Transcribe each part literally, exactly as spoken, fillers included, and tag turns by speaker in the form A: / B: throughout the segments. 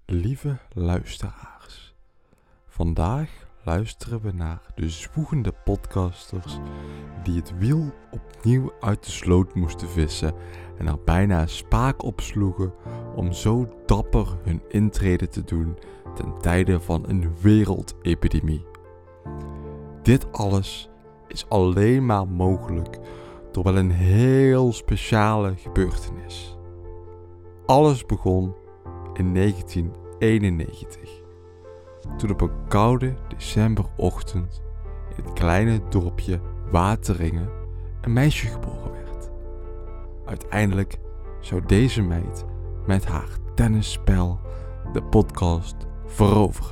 A: Lieve luisteraars, vandaag luisteren we naar de zwoegende podcasters die het wiel opnieuw uit de sloot moesten vissen en er bijna een spaak op sloegen om zo dapper hun intrede te doen ten tijde van een wereldepidemie. Dit alles is alleen maar mogelijk door wel een heel speciale gebeurtenis. Alles begon in negentien eenennegentig, toen op een koude decemberochtend in het kleine dorpje Wateringen een meisje geboren werd. Uiteindelijk zou deze meid met haar tennisspel de podcast veroveren.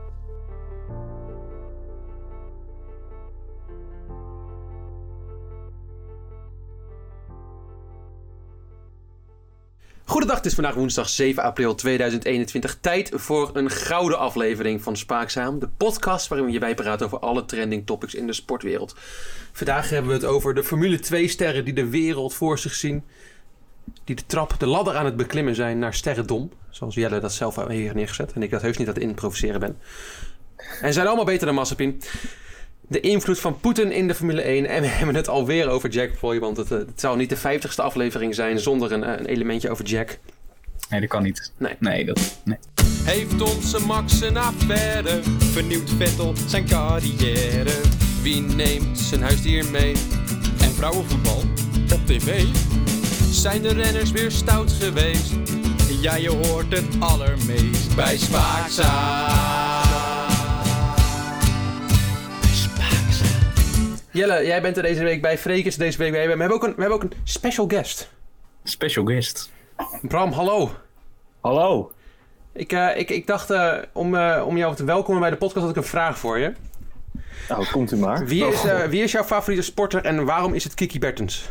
B: Goedendag, het is vandaag woensdag zeven april tweeduizend eenentwintig. Tijd voor een gouden aflevering van Spaakzaam. De podcast waarin we je bijpraten over alle trending topics in de sportwereld. Vandaag hebben we het over de Formule twee sterren die de wereld voor zich zien. Die de trap, de ladder aan het beklimmen zijn naar sterrendom. Zoals Jelle dat zelf heeft neergezet. En ik dat heus niet aan het improviseren ben. En ze zijn allemaal beter dan Mazepin. De invloed van Poetin in de Formule één. En we hebben het alweer over Jack Ploy. Want het, het zou niet de vijftigste aflevering zijn zonder een, een elementje over Jack.
C: Nee, dat kan niet.
B: Nee.
C: Nee, dat... Nee.
D: Heeft onze Max een affaire? Vernieuwt Vettel zijn carrière? Wie neemt zijn huisdier mee? En vrouwenvoetbal op tv? Zijn de renners weer stout geweest? Ja, je hoort het allermeest bij Spaakzaam.
B: Jelle, jij bent er deze week bij. Freek is er deze week bij. We hebben ook een, we hebben ook een special guest.
C: Special guest.
B: Bram, hallo.
C: Hallo.
B: Ik, uh, ik, ik dacht uh, om, uh, om jou te welkomen bij de podcast had ik een vraag voor je.
E: Nou, komt u maar.
B: Wie is, uh, wie is jouw favoriete sporter en waarom is het Kiki Bertens?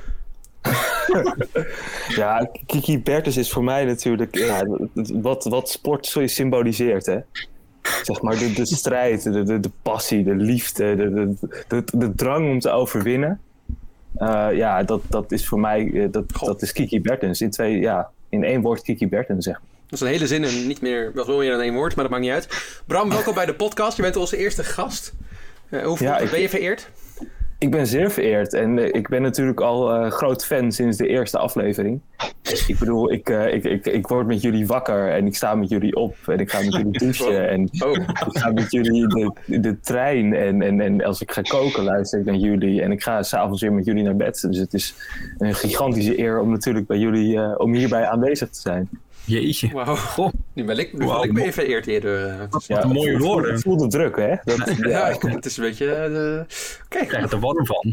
E: Ja, Kiki Bertens is voor mij natuurlijk ja, wat, wat sport symboliseert, hè. Zeg maar de, de strijd, de, de, de passie, de liefde, de, de, de, de drang om te overwinnen. Uh, ja, dat, dat is voor mij, uh, dat, dat is Kiki Bertens. In, twee, ja, in één woord Kiki Bertens, zeg maar.
B: Dat is een hele zin en niet meer, wel meer dan één woord, maar dat maakt niet uit. Bram, welkom bij de podcast. Je bent onze eerste gast. Uh, hoe
E: ja,
B: ben
E: ik,
B: je vereerd?
E: Ik ben zeer vereerd en uh, ik ben natuurlijk al uh, groot fan sinds de eerste aflevering. Ik bedoel, ik, uh, ik, ik, ik word met jullie wakker en ik sta met jullie op en ik ga met jullie douchen en
B: oh.
E: ik ga met jullie de, de trein en, en, en als ik ga koken luister ik naar jullie en ik ga s'avonds weer met jullie naar bed. Dus het is een gigantische eer om natuurlijk bij jullie, uh, om hierbij aanwezig te zijn.
C: Jeetje.
B: Wauw.
C: Goh.
B: Nu ben ik, nu
C: wow.
B: ik ben je vereerd eerder. Uh,
C: Wat ja, een mooie woorden.
E: Ik voel de druk, hè? Dat,
B: ja, ja, het is een beetje... Uh, Oké.
C: Okay. Ik krijg er warm van.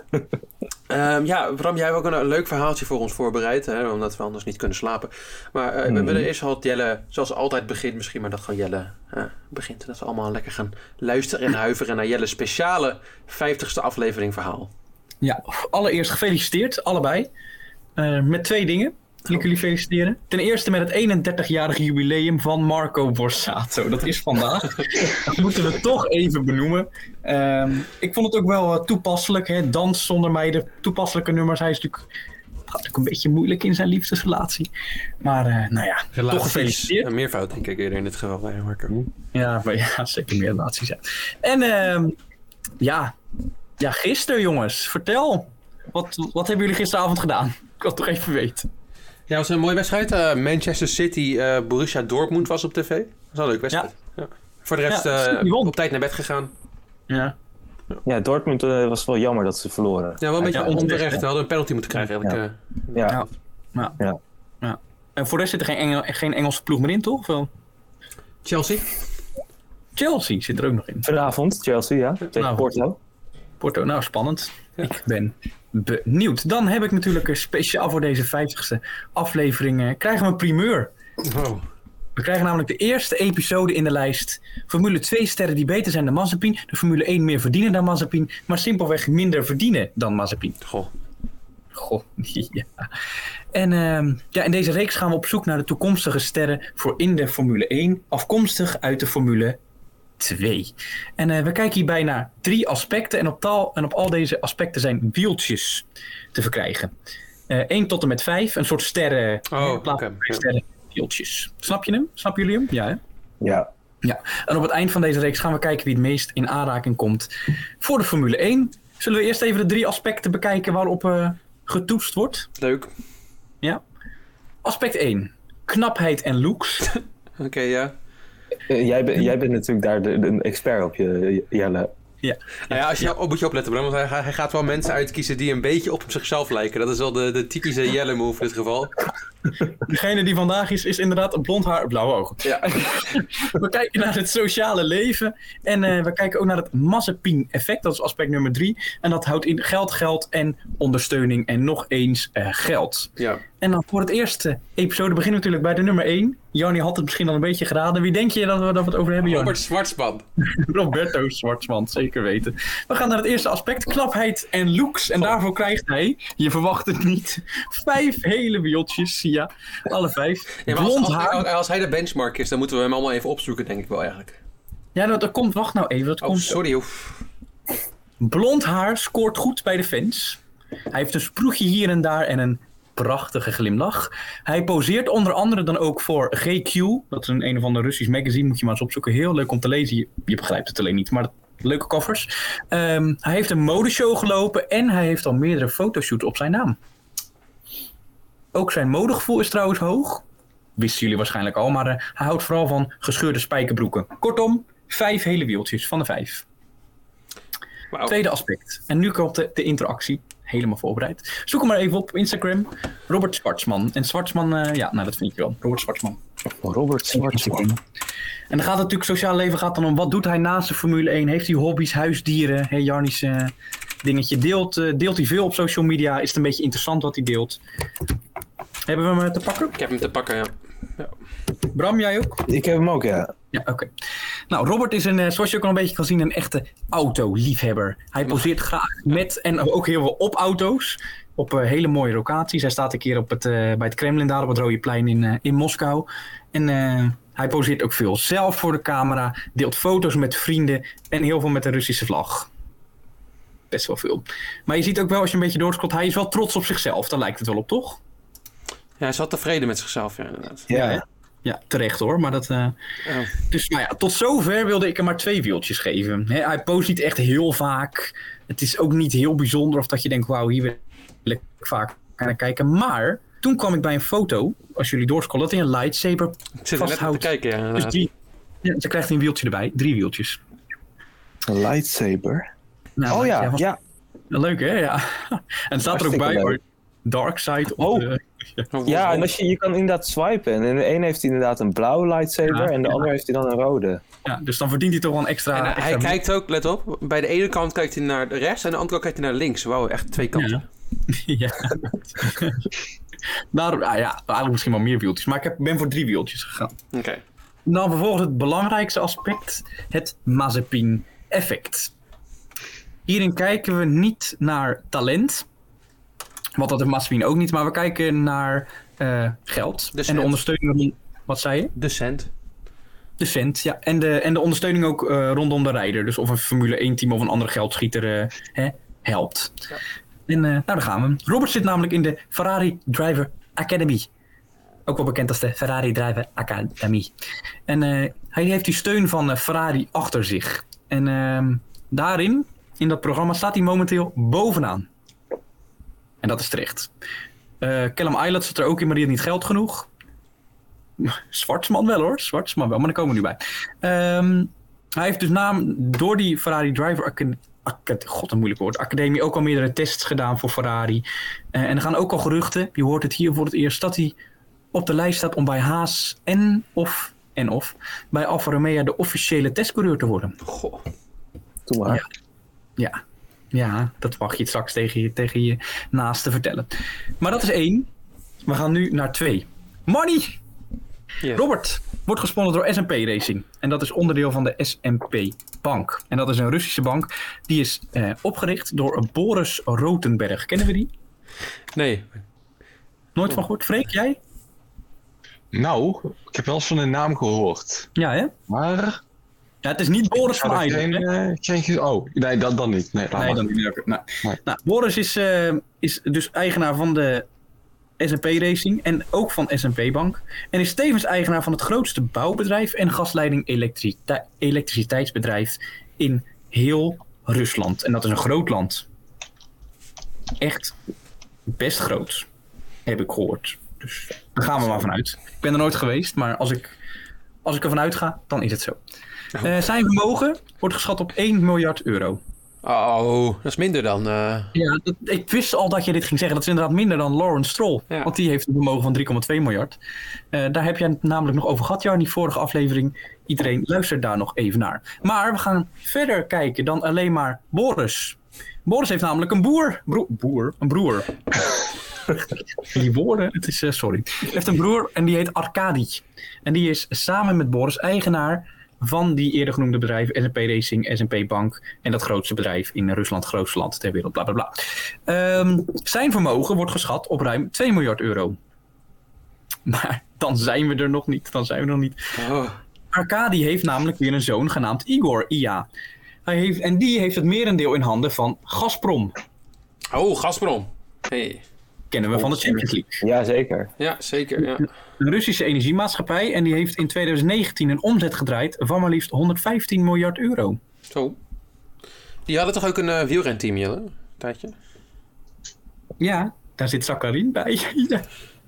B: Um, ja, Bram, jij hebt ook een, een leuk verhaaltje voor ons voorbereid, hè, omdat we anders niet kunnen slapen. Maar uh, hmm. we willen eerst al Jelle, zoals altijd begint misschien, maar dat gewoon Jelle uh, begint. Dat we allemaal lekker gaan luisteren en huiveren naar Jelle's speciale vijftigste aflevering verhaal.
C: Ja, allereerst gefeliciteerd, allebei. Uh, met twee dingen. Wil ik jullie feliciteren. Ten eerste met het eenendertigjarige jubileum van Marco Borsato. Dat is vandaag. Dat moeten we toch even benoemen. Um, ik vond het ook wel uh, toepasselijk. Hè? Dans zonder mij, de toepasselijke nummers. Hij is natuurlijk, gaat natuurlijk een beetje moeilijk in zijn liefdesrelatie. Maar uh, nou ja,
B: relaties,
C: toch gefeliciteerd.
B: Een meervoud denk ik eerder in dit geval bij Marco.
C: Ja, maar ja, zeker meer relaties. Ja. En uh, ja, ja, gisteren jongens. Vertel. Wat, wat hebben jullie gisteravond gedaan? Ik wil het toch even weten.
B: Ja, het was een mooie wedstrijd. Uh, Manchester City, uh, Borussia Dortmund was op tv. Dat was een leuke wedstrijd. Ja. Ja. Voor de rest ja, uh, op tijd naar bed gegaan.
C: Ja.
E: Ja, Dortmund uh, was wel jammer dat ze verloren.
B: Ja, wel een beetje
C: ja,
B: onterecht. We hadden een penalty moeten krijgen.
E: Ja.
B: Ja.
E: Ja.
C: Ja. Ja. Ja. Ja. Ja. En voor de rest zit er geen, Engel, geen Engelse ploeg meer in, toch? Wel?
B: Chelsea.
C: Chelsea zit er ook nog in.
E: Vanavond, Chelsea, ja. Tegen
C: nou,
E: Porto.
C: Porto, nou spannend. Ja. Ik ben benieuwd. Dan heb ik natuurlijk speciaal voor deze vijftigste aflevering uh, krijgen we een primeur.
B: Wow.
C: We krijgen namelijk de eerste episode in de lijst. Formule twee sterren die beter zijn dan Mazepin. De Formule één meer verdienen dan Mazepin. Maar simpelweg minder verdienen dan Mazepin.
B: Goh.
C: Goh, ja. En uh, ja, in deze reeks gaan we op zoek naar de toekomstige sterren voor in de Formule één. Afkomstig uit de Formule twee. En uh, we kijken hierbij naar drie aspecten. En op, taal, en op al deze aspecten zijn wieltjes te verkrijgen. Uh, één tot en met vijf. Een soort sterren.
B: Oh, okay.
C: sterren wieltjes. Snap je hem? Snappen jullie hem? Ja, hè?
E: Ja.
C: Ja. En op het eind van deze reeks gaan we kijken wie het meest in aanraking komt voor de Formule één. Zullen we eerst even de drie aspecten bekijken waarop uh, getoetst wordt?
B: Leuk.
C: Ja. Aspect één. Knapheid en looks.
B: Oké, okay, ja.
E: Uh, jij, ben, jij bent natuurlijk daar de, de expert op, je, Jelle.
C: Ja.
B: Nou ja, als je ja. op, moet je opletten, Bram, want hij, hij gaat wel mensen uitkiezen die een beetje op zichzelf lijken. Dat is wel de, de typische Jelle move in dit geval.
C: Degene die vandaag is, is inderdaad blond haar, blauwe ogen.
B: Ja.
C: We kijken naar het sociale leven en uh, we kijken ook naar het Mazepin-effect. Dat is aspect nummer drie. En dat houdt in geld, geld en ondersteuning en nog eens uh, geld.
B: Ja.
C: En dan voor het eerste episode beginnen we natuurlijk bij de nummer één. Jarny had het misschien al een beetje geraden. Wie denk je dat we, dat we het over hebben, Jarny?
B: Robert Schwarzman.
C: Roberto Schwarzman, zeker weten. We gaan naar het eerste aspect, knapheid en looks. En daarvoor krijgt hij, je verwacht het niet, vijf hele wieltjes. Ja, alle vijf.
B: Ja, maar als, als, als, als hij de benchmark is, dan moeten we hem allemaal even opzoeken, denk ik wel eigenlijk.
C: Ja, dat, dat komt, wacht nou even. Dat
B: oh,
C: komt,
B: sorry. Oef.
C: Blond haar scoort goed bij de fans. Hij heeft een sproegje hier en daar en een prachtige glimlach. Hij poseert onder andere dan ook voor G Q. Dat is een een of ander Russisch magazine, moet je maar eens opzoeken. Heel leuk om te lezen. Je, je begrijpt het alleen niet, maar dat, leuke covers. Um, hij heeft een modeshow gelopen en hij heeft al meerdere fotoshoots op zijn naam. Ook zijn modegevoel is trouwens hoog. Wisten jullie waarschijnlijk al, maar uh, hij houdt vooral van gescheurde spijkerbroeken. Kortom, vijf hele wieltjes van de vijf. Wow. Tweede aspect. En nu komt de, de interactie. Helemaal voorbereid. Zoek hem maar even op Instagram. Robert Schwarzman. En Schwarzman, uh, ja, nou dat vind je wel. Robert Schwarzman.
E: Robert Schwarzman.
C: En dan gaat het natuurlijk, sociaal leven gaat dan om, wat doet hij naast de Formule één? Heeft hij hobby's, huisdieren? Hey, Jarny's uh, dingetje. Deelt, uh, deelt hij veel op social media? Is het een beetje interessant wat hij deelt? Hebben we hem te pakken?
B: Ik heb hem te pakken, ja. ja.
C: Bram, jij ook?
E: Ik heb hem ook, ja.
C: Ja, oké. Okay. Nou, Robert is een, zoals je ook al een beetje kan zien, een echte autoliefhebber. Hij poseert graag met en ook heel veel op auto's. Op uh, hele mooie locaties. Hij staat een keer op het, uh, bij het Kremlin daar op het Rode Plein in, uh, in Moskou. En uh, hij poseert ook veel zelf voor de camera. Deelt foto's met vrienden en heel veel met de Russische vlag. Best wel veel. Maar je ziet ook wel, als je een beetje doorscrollt, hij is wel trots op zichzelf. Daar lijkt het wel op, toch?
B: Ja, hij is wel tevreden met zichzelf, ja, inderdaad.
C: Ja, ja. Ja, terecht hoor, maar dat... Uh... Oh. Dus nou ja, tot zover wilde ik hem maar twee wieltjes geven. He, hij post niet echt heel vaak. Het is ook niet heel bijzonder of dat je denkt, wauw, hier wil ik vaak naar kijken. Maar toen kwam ik bij een foto, als jullie doorscrollen, dat hij een lightsaber vasthoudt.
B: Te kijken, ja,
C: dus die, ja, ze krijgt een wieltje erbij, drie wieltjes.
E: Een lightsaber?
C: Nou,
E: oh ja,
C: ja, was...
E: ja.
C: Leuk hè, ja. En het staat er ook bij hoor. Dark Side op
E: oh.
C: de...
E: Ja, en als je, je kan inderdaad swipen. En de een heeft inderdaad een blauwe lightsaber ja, en de ja. ander heeft hij dan een rode.
C: Ja, dus dan verdient hij toch wel een extra...
B: En, uh,
C: extra
B: hij kijkt ook, let op, bij de ene kant kijkt hij naar rechts en de andere kant kijkt hij naar links. Wauw, echt twee kanten.
C: Ja. ja. nou, ja, eigenlijk misschien wel meer wieltjes, maar ik heb, ben voor drie wieltjes gegaan.
B: Oké. Okay.
C: Dan vervolgens het belangrijkste aspect, het Mazepin-effect. Hierin kijken we niet naar talent... Want dat heeft Mazepin ook niet, maar we kijken naar uh, geld. De en de ondersteuning... Wat zei je?
B: De cent.
C: De cent, ja. En de, en de ondersteuning ook uh, rondom de rijder. Dus of een Formule één team of een andere geldschieter uh, hè, helpt. Ja. En uh, nou, daar gaan we. Robert zit namelijk in de Ferrari Driver Academy. Ook wel bekend als de Ferrari Driver Academy. En uh, hij heeft die steun van uh, Ferrari achter zich. En uh, daarin, in dat programma, staat hij momenteel bovenaan. En dat is terecht. Uh, Callum Ilott zat er ook in, maar die had niet geld genoeg. Schwarzman wel hoor, Schwarzman wel, maar daar komen we nu bij. Um, hij heeft dus naam door die Ferrari Driver Academy, God een moeilijk woord, Academie ook al meerdere tests gedaan voor Ferrari. Uh, en er gaan ook al geruchten, je hoort het hier voor het eerst, dat hij op de lijst staat om bij Haas en of, en of bij Alfa Romeo de officiële testcoureur te worden.
B: Goh.
E: Doe maar.
C: Ja. ja. Ja, dat mag je het straks tegen je, tegen je naasten vertellen. Maar dat is één. We gaan nu naar twee. Money! Yes. Robert wordt gesponsord door S en P Racing. En dat is onderdeel van de S en P Bank. En dat is een Russische bank. Die is eh, opgericht door Boris Rotenberg. Kennen we die?
B: Nee.
C: Nooit van gehoord? Freek, jij?
F: Nou, ik heb wel eens van de naam gehoord.
C: Ja, hè?
F: Maar...
C: Ja, het is niet Boris van
F: Aydin. Uh, oh, nee, dat dan niet. Nee,
C: nee, dan niet. Nou, nee. Nou, Boris is, uh, is dus eigenaar van de S en P Racing en ook van S en P Bank. En is tevens eigenaar van het grootste bouwbedrijf en gasleiding elektricite- elektriciteitsbedrijf in heel Rusland. En dat is een groot land. Echt best groot, heb ik gehoord. Dus daar gaan we maar vanuit. Ik ben er nooit geweest, maar als ik, als ik ervan uitga, dan is het zo. Uh, zijn vermogen wordt geschat op één miljard euro.
B: Oh, dat is minder dan... Uh...
C: Ja, dat, ik wist al dat je dit ging zeggen. Dat is inderdaad minder dan Lawrence Stroll. Ja. Want die heeft een vermogen van drie komma twee miljard. Uh, daar heb jij het namelijk nog over gehad, Jar, in die vorige aflevering. Iedereen luistert daar nog even naar. Maar we gaan verder kijken dan alleen maar Boris. Boris heeft namelijk een boer. Bro- boer? Een broer. Die woorden, het is... Uh, sorry. Hij heeft een broer en die heet Arkadi. En die is samen met Boris eigenaar van die eerder genoemde bedrijven S en P Racing, S en P Bank en dat grootste bedrijf in Rusland, het grootste land ter wereld, bla bla bla. Um, zijn vermogen wordt geschat op ruim twee miljard euro. Maar dan zijn we er nog niet, dan zijn we er nog niet. Oh. Arkadi heeft namelijk weer een zoon genaamd Igor Ia. Hij heeft, en die heeft het merendeel in handen van Gazprom.
B: Oh, Gazprom. Hey.
C: Kennen we van de Champions League.
E: Ja, zeker.
B: Ja, zeker. Ja.
C: Een Russische energiemaatschappij en die heeft in twintig negentien een omzet gedraaid van maar liefst honderdvijftien miljard euro.
B: Zo. Die hadden toch ook een uh, wielrenteam, Jelle? Een tijdje?
C: Ja, daar zit Sakharin bij. ja,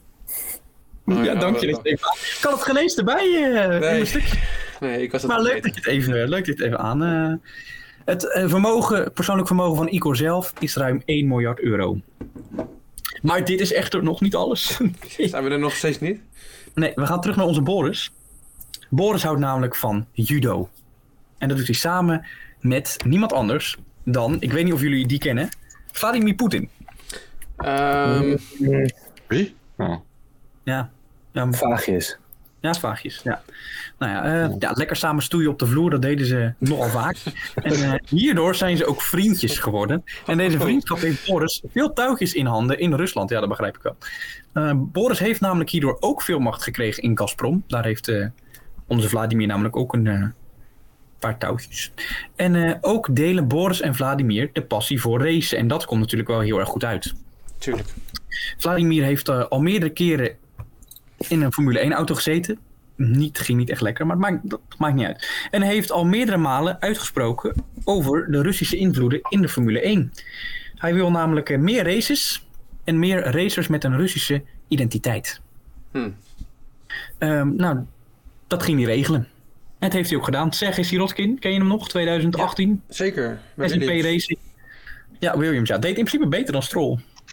C: oh, ja, dank je. Dat even aan. Ik kan het geen eens erbij uh, nee. in een stukje.
B: Nee, ik was het
C: maar leuk dat je het even, leuk dat je het even aan... Uh, het uh, vermogen, persoonlijk vermogen van Igor zelf is ruim één miljard euro. Maar dit is echter nog niet alles.
B: Zijn we er nog steeds niet?
C: Nee, we gaan terug naar onze Boris. Boris houdt namelijk van judo. En dat doet hij samen met niemand anders dan, ik weet niet of jullie die kennen, Vladimir Poetin.
B: Um...
F: Wie? Oh.
C: Ja. ja.
E: Vaagjes.
C: Ja, vaagjes. Ja. Nou ja, uh, ja, lekker samen stoeien op de vloer, dat deden ze nogal vaak. En uh, hierdoor zijn ze ook vriendjes geworden. En deze vriendschap heeft Boris veel touwtjes in handen in Rusland. Ja, dat begrijp ik wel. Uh, Boris heeft namelijk hierdoor ook veel macht gekregen in Gazprom. Daar heeft uh, onze Vladimir namelijk ook een uh, paar touwtjes. En uh, ook delen Boris en Vladimir de passie voor racen. En dat komt natuurlijk wel heel erg goed uit.
B: Tuurlijk.
C: Vladimir heeft uh, al meerdere keren in een Formule één auto gezeten. Niet, ging niet echt lekker, maar het maakt, dat maakt niet uit. En hij heeft al meerdere malen uitgesproken over de Russische invloeden in de Formule één. Hij wil namelijk meer races en meer racers met een Russische identiteit. Hmm. Um, nou, dat ging hij regelen. En dat heeft hij ook gedaan. Sergej Sirotkin, ken je hem nog? twintig achttien.
B: Ja, zeker.
C: S en P Racing. Ja, Williams. Ja, deed in principe beter dan Stroll.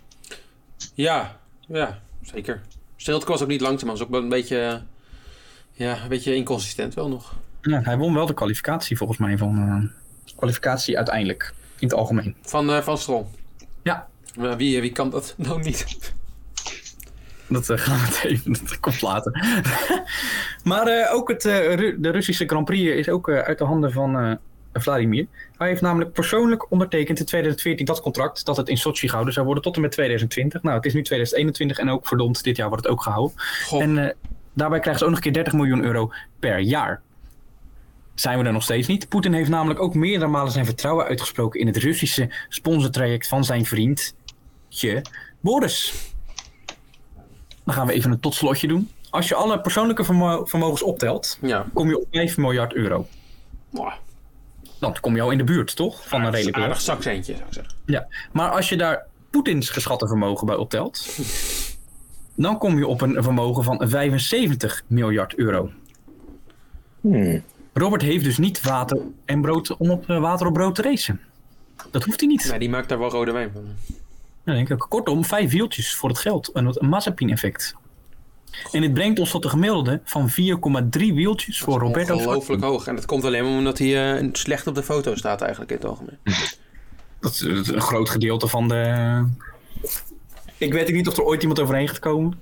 B: Ja, ja, zeker. Sirotkin was ook niet langzaam, maar was ook wel een beetje... Ja, een beetje inconsistent wel nog.
C: Ja, hij won wel de kwalificatie volgens mij van uh, kwalificatie uiteindelijk in het algemeen.
B: Van, uh, van Stroll?
C: Ja.
B: Maar wie, wie kan dat nou niet?
C: Dat uh, gaan we het even, dat komt later. maar uh, ook het, uh, Ru- de Russische Grand Prix is ook uh, uit de handen van uh, Vladimir. Hij heeft namelijk persoonlijk ondertekend in twintig veertien dat contract dat het in Sochi gehouden zou worden tot en met twintig twintig. Nou, het is nu twintig eenentwintig en ook verdomd, dit jaar wordt het ook gehouden. Goh. En uh, daarbij krijgen ze ook nog een keer dertig miljoen euro per jaar. Zijn we er nog steeds niet. Poetin heeft namelijk ook meerdere malen zijn vertrouwen uitgesproken in het Russische sponsortraject van zijn vriendje Boris. Dan gaan we even een totslotje doen. Als je alle persoonlijke vermo- vermogens optelt, ja. kom je op vijf miljard euro.
B: Wow.
C: Dan kom je al in de buurt, toch? Van een redelijk
B: aardig zakcentje, zou ik zeggen.
C: Ja, maar als je daar Poetins geschatte vermogen bij optelt, dan kom je op een vermogen van vijfenzeventig miljard euro. Hmm. Robert heeft dus niet water en brood om op uh, water op brood te racen. Dat hoeft hij niet.
B: Nee, die maakt daar wel rode wijn van.
C: Ja, denk ik. Kortom, vijf wieltjes voor het geld. Een, een Mazepin-effect. En dit brengt ons tot de gemiddelde van vier komma drie wieltjes voor Roberto.
B: Ongelooflijk hoog. En dat komt alleen maar omdat hij uh, slecht op de foto staat eigenlijk in het algemeen.
C: Dat is, dat is een groot gedeelte van de... Ik weet niet of er ooit iemand overheen gaat komen.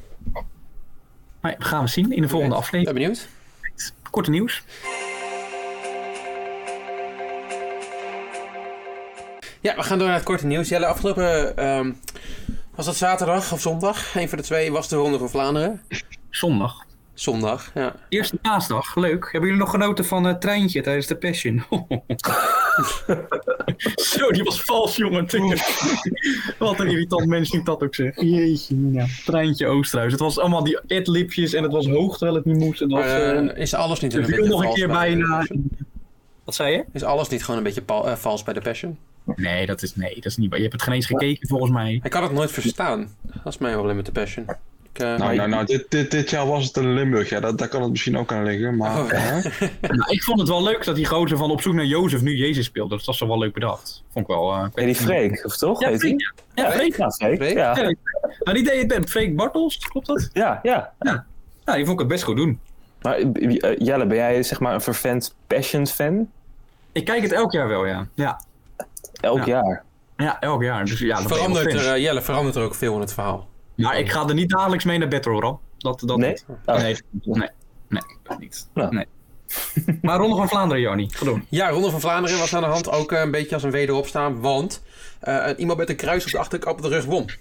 C: Maar ja, we gaan we zien in de volgende aflevering.
B: Ben benieuwd.
C: Korte nieuws.
B: Ja, we gaan door naar het korte nieuws. Ja, de afgelopen... Um, was dat zaterdag of zondag? Een van de twee was de Ronde van Vlaanderen.
C: Zondag.
B: Zondag, ja.
C: Eerste paasdag, leuk. Hebben jullie nog genoten van het treintje tijdens de Passion? Zo, die was vals, jongen. Wat een irritant mens die dat ook zegt. Jeetje, ja. Treintje Oosterhuis. Het was allemaal die adlibjes en het was hoog terwijl het niet moest. Het was,
B: Uh,
C: uh,
B: is alles niet een
C: er viel
B: beetje
C: nog een
B: vals
C: keer
B: bij de
C: bijna.
B: Passion?
C: Wat zei je?
B: Is alles niet gewoon een beetje pa- uh, vals bij de Passion?
C: Nee, dat is, nee, dat is niet waar. Je hebt het geen eens gekeken, volgens mij.
B: Ik kan het nooit verstaan. Dat is mijn probleem met de Passion. Ik, uh,
F: Nou, nou, nou dit, dit, dit jaar was het een Limburg. Ja, dat, daar kan het misschien ook aan liggen. Maar,
B: Oh.
F: hè?
C: Nou, ik vond het wel leuk dat die gozer van op zoek naar Jozef nu Jezus speelde. Dat was toch wel leuk bedacht. Vond ik wel. Uh,
E: Ja, die Freek, of toch?
C: Ja,
E: heet
C: Freek,
E: die?
C: ja. Ja, Freek.
E: Ja, Freek.
B: Freek?
E: Ja,
C: Ja, nou, die deed het met Freek Bartels, klopt dat?
E: ja. ja.
C: Ja, die vond ik het best goed doen.
E: Maar uh, Jelle, ben jij zeg maar een vervent Passion-fan?
C: Ik kijk het elk jaar wel, ja. Ja,
E: Elk
C: Ja.
E: jaar.
C: ja elk jaar. Dus ja, dat ben je wel
B: verandert
C: fan.
B: er, uh, Jelle, verandert er ook veel in het verhaal?
C: Maar ik ga er niet dagelijks mee naar bed, hoor. Dat, dat
E: Nee?
C: niet.
E: Oh.
C: Nee, nee, nee, dat niet.
E: Nou.
C: Nee. Maar Ronde van Vlaanderen, Joni, gedaan.
B: Ja, Ronde van Vlaanderen was aan de hand ook uh, een beetje als een wederopstaan, want uh, iemand met een kruis op de achterkant op de rug won.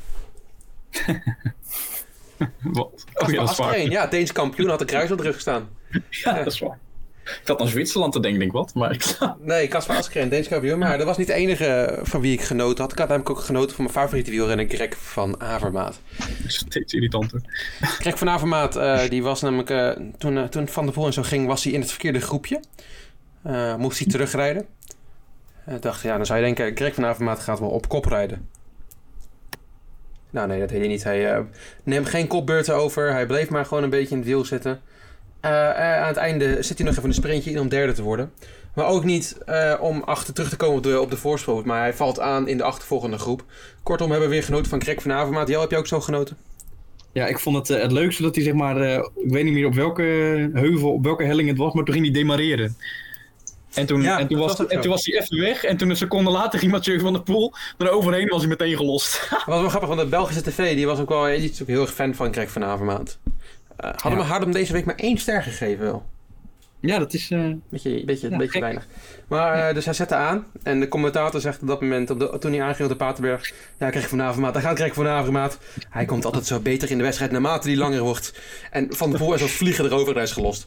C: Wat? Oh,
B: Kasper
C: ja, dat is waar.
B: Askreen, ja, Deens kampioen had een kruis op de rug staan.
C: Ja, dat is waar. Ik zat aan Zwitserland te denken, denk ik wat. Maar ik...
B: Nee, Kasper Askreen, Deens kampioen, maar dat was niet de enige van wie ik genoten had. Ik had namelijk ook genoten van mijn favoriete wielrenner, Greg van Avermaat.
C: Steeds irritanter.
B: Greg van Avermaat, uh, die was namelijk, uh, toen, uh, toen Van der Poel en zo ging, was hij in het verkeerde groepje. Uh, moest hij terugrijden. Ik uh, dacht, ja, dan zou je denken, Greg van Avermaat gaat wel op kop rijden. Nou nee, dat deed hij niet. Hij uh, neemt geen kopbeurten over. Hij bleef maar gewoon een beetje in het wiel zitten. Uh, uh, aan het einde zit hij nog even een sprintje in om derde te worden. Maar ook niet uh, om achter terug te komen op de, op de voorsprong. Maar hij valt aan in de achtervolgende groep. Kortom, hebben we weer genoten van Greg van Avermaat. Jel, heb je ook zo genoten?
C: Ja, ik vond het uh, het leukste dat hij zeg maar, uh, ik weet niet meer op welke heuvel, op welke helling het was, maar toen ging hij demareren. En toen,
B: Ja,
C: en toen, was,
B: was het
C: en
B: zo.
C: toen was hij even weg en toen een seconde later ging Mathieu van der Poel er overheen was hij meteen gelost.
B: Dat was wel grappig, want de Belgische tv die was ook wel die is ook heel erg fan van Greg van Avermaat. Uh, hadden
C: Ja.
B: we had hem deze week maar één ster gegeven wel.
C: Ja, dat is... Uh...
B: Beetje, beetje,
C: Ja,
B: beetje
C: gek.
B: weinig. Maar uh, dus hij zette aan. En de commentator zegt op dat moment, op de, toen hij aanging op de Paterberg... Ja, Greg van Avermaat, daar gaat Greg van Avermaat. Hij komt altijd zo beter in de wedstrijd naarmate die langer wordt. En Van der Poel is als vliegen erover en hij is gelost.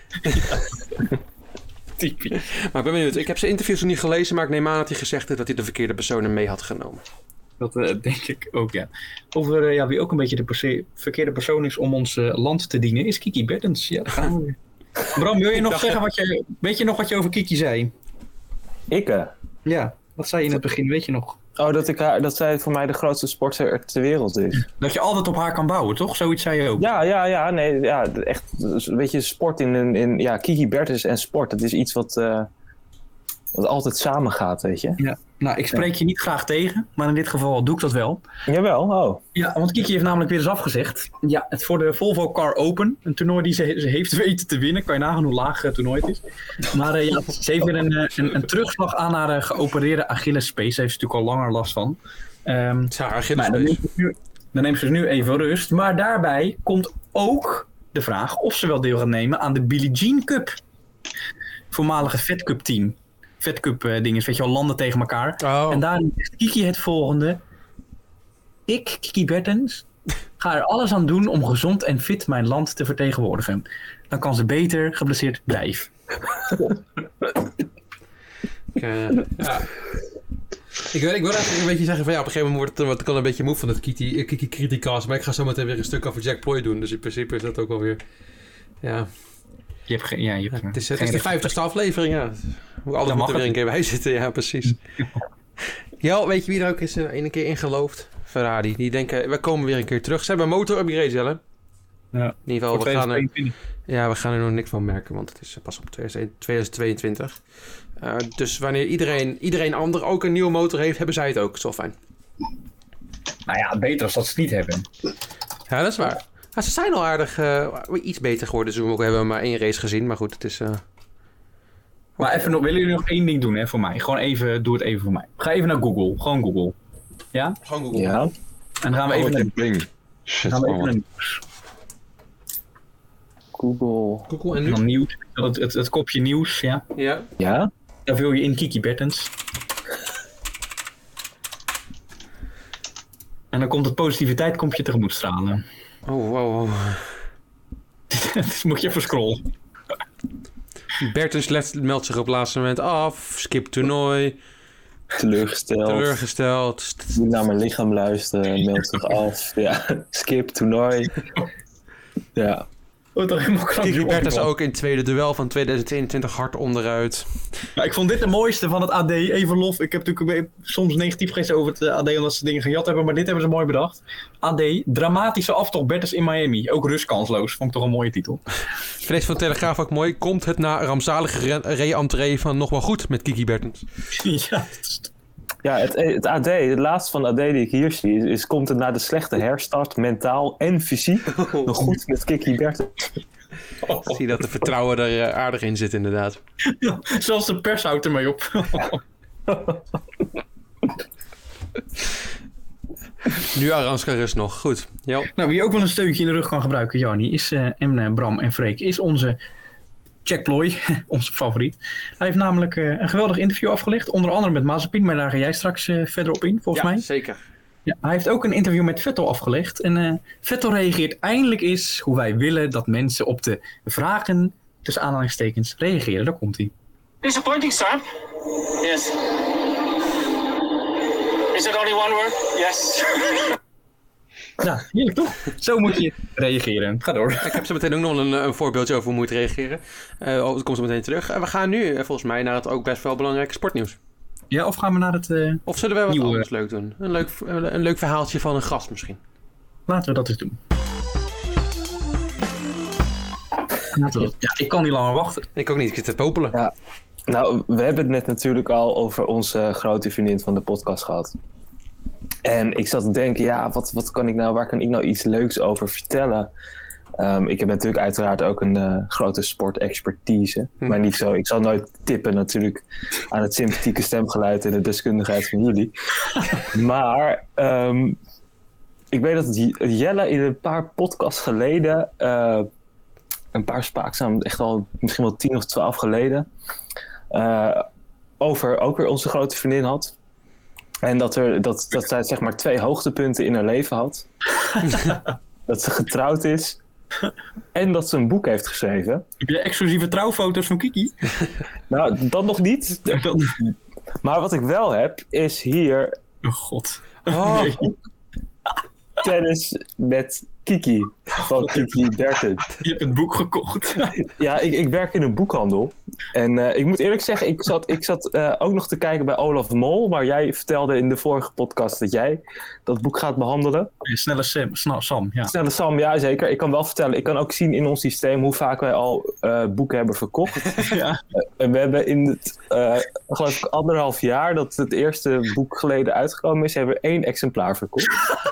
C: Typisch.
B: Maar ik ben benieuwd. Ik heb zijn interviews nog niet gelezen, maar ik neem aan dat hij gezegd heeft dat hij de verkeerde personen mee had genomen.
C: Dat uh, denk ik ook, ja. Over uh, ja, wie ook een beetje de perse- verkeerde persoon is om ons uh, land te dienen, is Kiki Bertens. Ja, daar gaan we weer. Bram, wil je nog
B: dacht,
C: zeggen wat je... Weet je nog wat je over Kiki zei?
E: Ik, uh,
C: Ja, wat zei je in het begin, weet je nog?
E: oh, dat, ik haar, dat zij voor mij de grootste sporter ter wereld is.
C: Dat je altijd op haar kan bouwen, toch? Zoiets zei je ook.
E: Ja, ja, ja, nee, ja, echt, een beetje sport in, in, in ja, Kiki Bertens en sport, dat is iets wat, uh, wat altijd samengaat, weet je.
C: Ja. Nou, ik spreek je niet graag tegen, maar in dit geval doe ik dat wel.
E: Jawel, oh.
C: Ja, want Kiki heeft namelijk weer eens afgezegd. Ja, het voor de Volvo Car Open, een toernooi die ze, ze heeft weten te winnen. Kan je nagaan hoe laag het toernooi het is. Maar uh, ja, ze heeft weer een, uh, een, een terugslag aan haar uh, geopereerde Achillespees. Daar heeft ze natuurlijk al langer last van. Um,
B: Het is haar
C: maar dan,
B: Achillespees.
C: neemt ze nu, dan neemt ze nu even rust. Maar daarbij komt ook de vraag of ze wel deel gaat nemen aan de Billie Jean Cup. Voormalige Fed Cup team. Fed Cup uh, dingen, weet je wel, landen tegen elkaar.
B: Oh.
C: En daarin zegt Kiki het volgende. Ik, Kiki Bertens, ga er alles aan doen om gezond en fit mijn land te vertegenwoordigen. Dan kan ze beter geblesseerd blijven.
B: Ik, uh, ja. Ik, wil, ik wil eigenlijk een beetje zeggen van ja, op een gegeven moment wordt het, wordt het al een beetje moe van het Kiki, Kiki Criticast. Maar ik ga zo meteen weer een stuk over Jack Ploy doen. Dus in principe is dat ook wel weer... Ja,
C: Je hebt geen... Ja, je hebt
B: het is, het
C: geen
B: is de vijftigste aflevering, ja. Moet alles
C: Dan
B: moet er
C: mag
B: weer een
C: het.
B: keer bij zitten, ja precies. Ja, weet je wie er ook eens uh, een keer in gelooft? Ferrari. Die denken, we komen weer een keer terug. Ze hebben een motor upgrade, hè?
C: Ja.
B: In ieder geval,
C: Voor
B: we gaan, er,
C: tweeduizend tweeëntwintig.
B: ja, we gaan er nog niks van merken, want het is pas op tweeduizend tweeëntwintig. Uh, dus wanneer iedereen, iedereen ander ook een nieuwe motor heeft, hebben zij het ook. Dat is wel fijn.
C: Nou ja, beter als dat ze het niet hebben.
B: Ja, dat is waar. Ja, ze zijn al aardig uh, iets beter geworden. Dus we hebben maar één race gezien, maar goed, het is... Uh...
C: Maar even nog, willen jullie nog één ding doen hè, voor mij? Gewoon even, doe het even voor mij. Ga even naar Google. Gewoon Google. Ja?
B: Gewoon Google.
E: Ja.
C: En dan gaan we
F: Oh,
C: even
F: wat
C: naar...
F: een bling. Shit,
C: Gaan we even
F: oh.
C: naar
E: Google.
B: Google en
C: en
B: nu?
C: dan nieuws. Het, het, het kopje nieuws, ja.
B: Ja.
E: Ja?
C: Daar vul je in Kiki Bertens. En dan komt het positiviteit komt je tegemoet stralen.
B: Oh, wow, wow.
C: Dus moet je even scrollen.
B: Bertens let- meldt zich op het laatste moment af. Skip toernooi.
E: Teleurgesteld.
B: Teleurgesteld.
E: Niet naar mijn lichaam luisteren. Meld zich af. Ja, skip, toernooi. Ja.
C: Oh, toch helemaal krap.
B: Kiki Bertens ook in het tweede duel van tweeduizend eenentwintig hard onderuit.
C: Nou, ik vond dit de mooiste van het A D. Even lof. Ik heb natuurlijk soms negatief gelezen over het A D omdat ze dingen gejat hebben. Maar dit hebben ze mooi bedacht. A D, dramatische aftocht Bertens in Miami. Ook rustkansloos. Vond ik toch een mooie titel.
B: Vrees van de Telegraaf ook mooi. Komt het na rampzalige re- re-entree van nog wel goed met Kiki Bertens?
C: Ja,
E: Ja, het, het A D, het laatste van het A D die ik hier zie, is, is komt het na de slechte herstart, mentaal en fysiek, nog goed met Kiki Bertens.
B: Ik zie dat de vertrouwen er uh, aardig in zit inderdaad.
C: ja, zelfs de pers houdt ermee op.
B: Nu Aranska rust nog. Goed. Ja.
C: Nou, wie ook wel een steuntje in de rug kan gebruiken, Jarni, is uh, en uh, Bram en Freek, is onze Jack Ploy, onze favoriet. Hij heeft namelijk uh, een geweldig interview afgelegd, onder andere met Mazepin, maar daar ga jij straks uh, verder op in, volgens
B: ja,
C: mij.
B: Zeker.
C: Ja, hij heeft ook een interview met Vettel afgelegd. En uh, Vettel reageert eindelijk eens hoe wij willen dat mensen op de vragen, tussen aanhalingstekens, reageren. Daar komt hij.
G: Disappointing, Sam. Yes. Is it only one word? Yes.
C: Ja, heerlijk toch? Zo moet je reageren. Ga door.
B: Ik heb zo meteen ook nog een, een voorbeeldje over hoe moet je reageren. Uh, dat komt zo meteen terug. Uh, we gaan nu uh, volgens mij naar het ook best wel belangrijke sportnieuws.
C: Ja, of gaan we naar het... Uh,
B: of zullen we wat
C: nieuwe...
B: anders leuk doen? Een leuk, een leuk verhaaltje van een gast misschien.
C: Laten we dat eens doen. Laten we dat... Ja, ik kan niet langer wachten.
B: Ik ook niet, ik zit te popelen.
E: Ja. Nou, we hebben het net natuurlijk al over onze grote vriendin van de podcast gehad. En ik zat te denken, ja, wat, wat kan ik nou, waar kan ik nou iets leuks over vertellen? Um, ik heb natuurlijk uiteraard ook een uh, grote sportexpertise. Hm. Maar niet zo, ik zal nooit tippen natuurlijk aan het sympathieke stemgeluid en de deskundigheid van jullie. Maar um, ik weet dat Jelle in een paar podcasts geleden, uh, een paar spaakzaam, echt al misschien wel tien of twaalf geleden, uh, over ook weer onze grote vriendin had. En dat, er, dat, dat zij zeg maar twee hoogtepunten in haar leven had. Dat ze getrouwd is. En dat ze een boek heeft geschreven.
C: Heb je exclusieve trouwfoto's van Kiki?
E: Nou, dat nog niet. Maar wat ik wel heb, is hier...
C: Oh god.
B: Oh.
C: Nee.
E: Tennis met Kiki. Van Kiki Bertens.
C: Je hebt het boek gekocht.
E: Ja, ik, ik werk in een boekhandel. En uh, ik moet eerlijk zeggen, ik zat, ik zat uh, ook nog te kijken bij Olaf Mol. Maar jij vertelde in de vorige podcast dat jij dat boek gaat behandelen.
C: Snelle Sam, snel, Sam, ja.
E: Snelle Sam, ja zeker. Ik kan wel vertellen, ik kan ook zien in ons systeem hoe vaak wij al uh, boeken hebben verkocht.
C: Ja.
E: Uh, en we hebben in het, uh, geloof ik, anderhalf jaar dat het eerste boek geleden uitgekomen is, hebben we één exemplaar verkocht.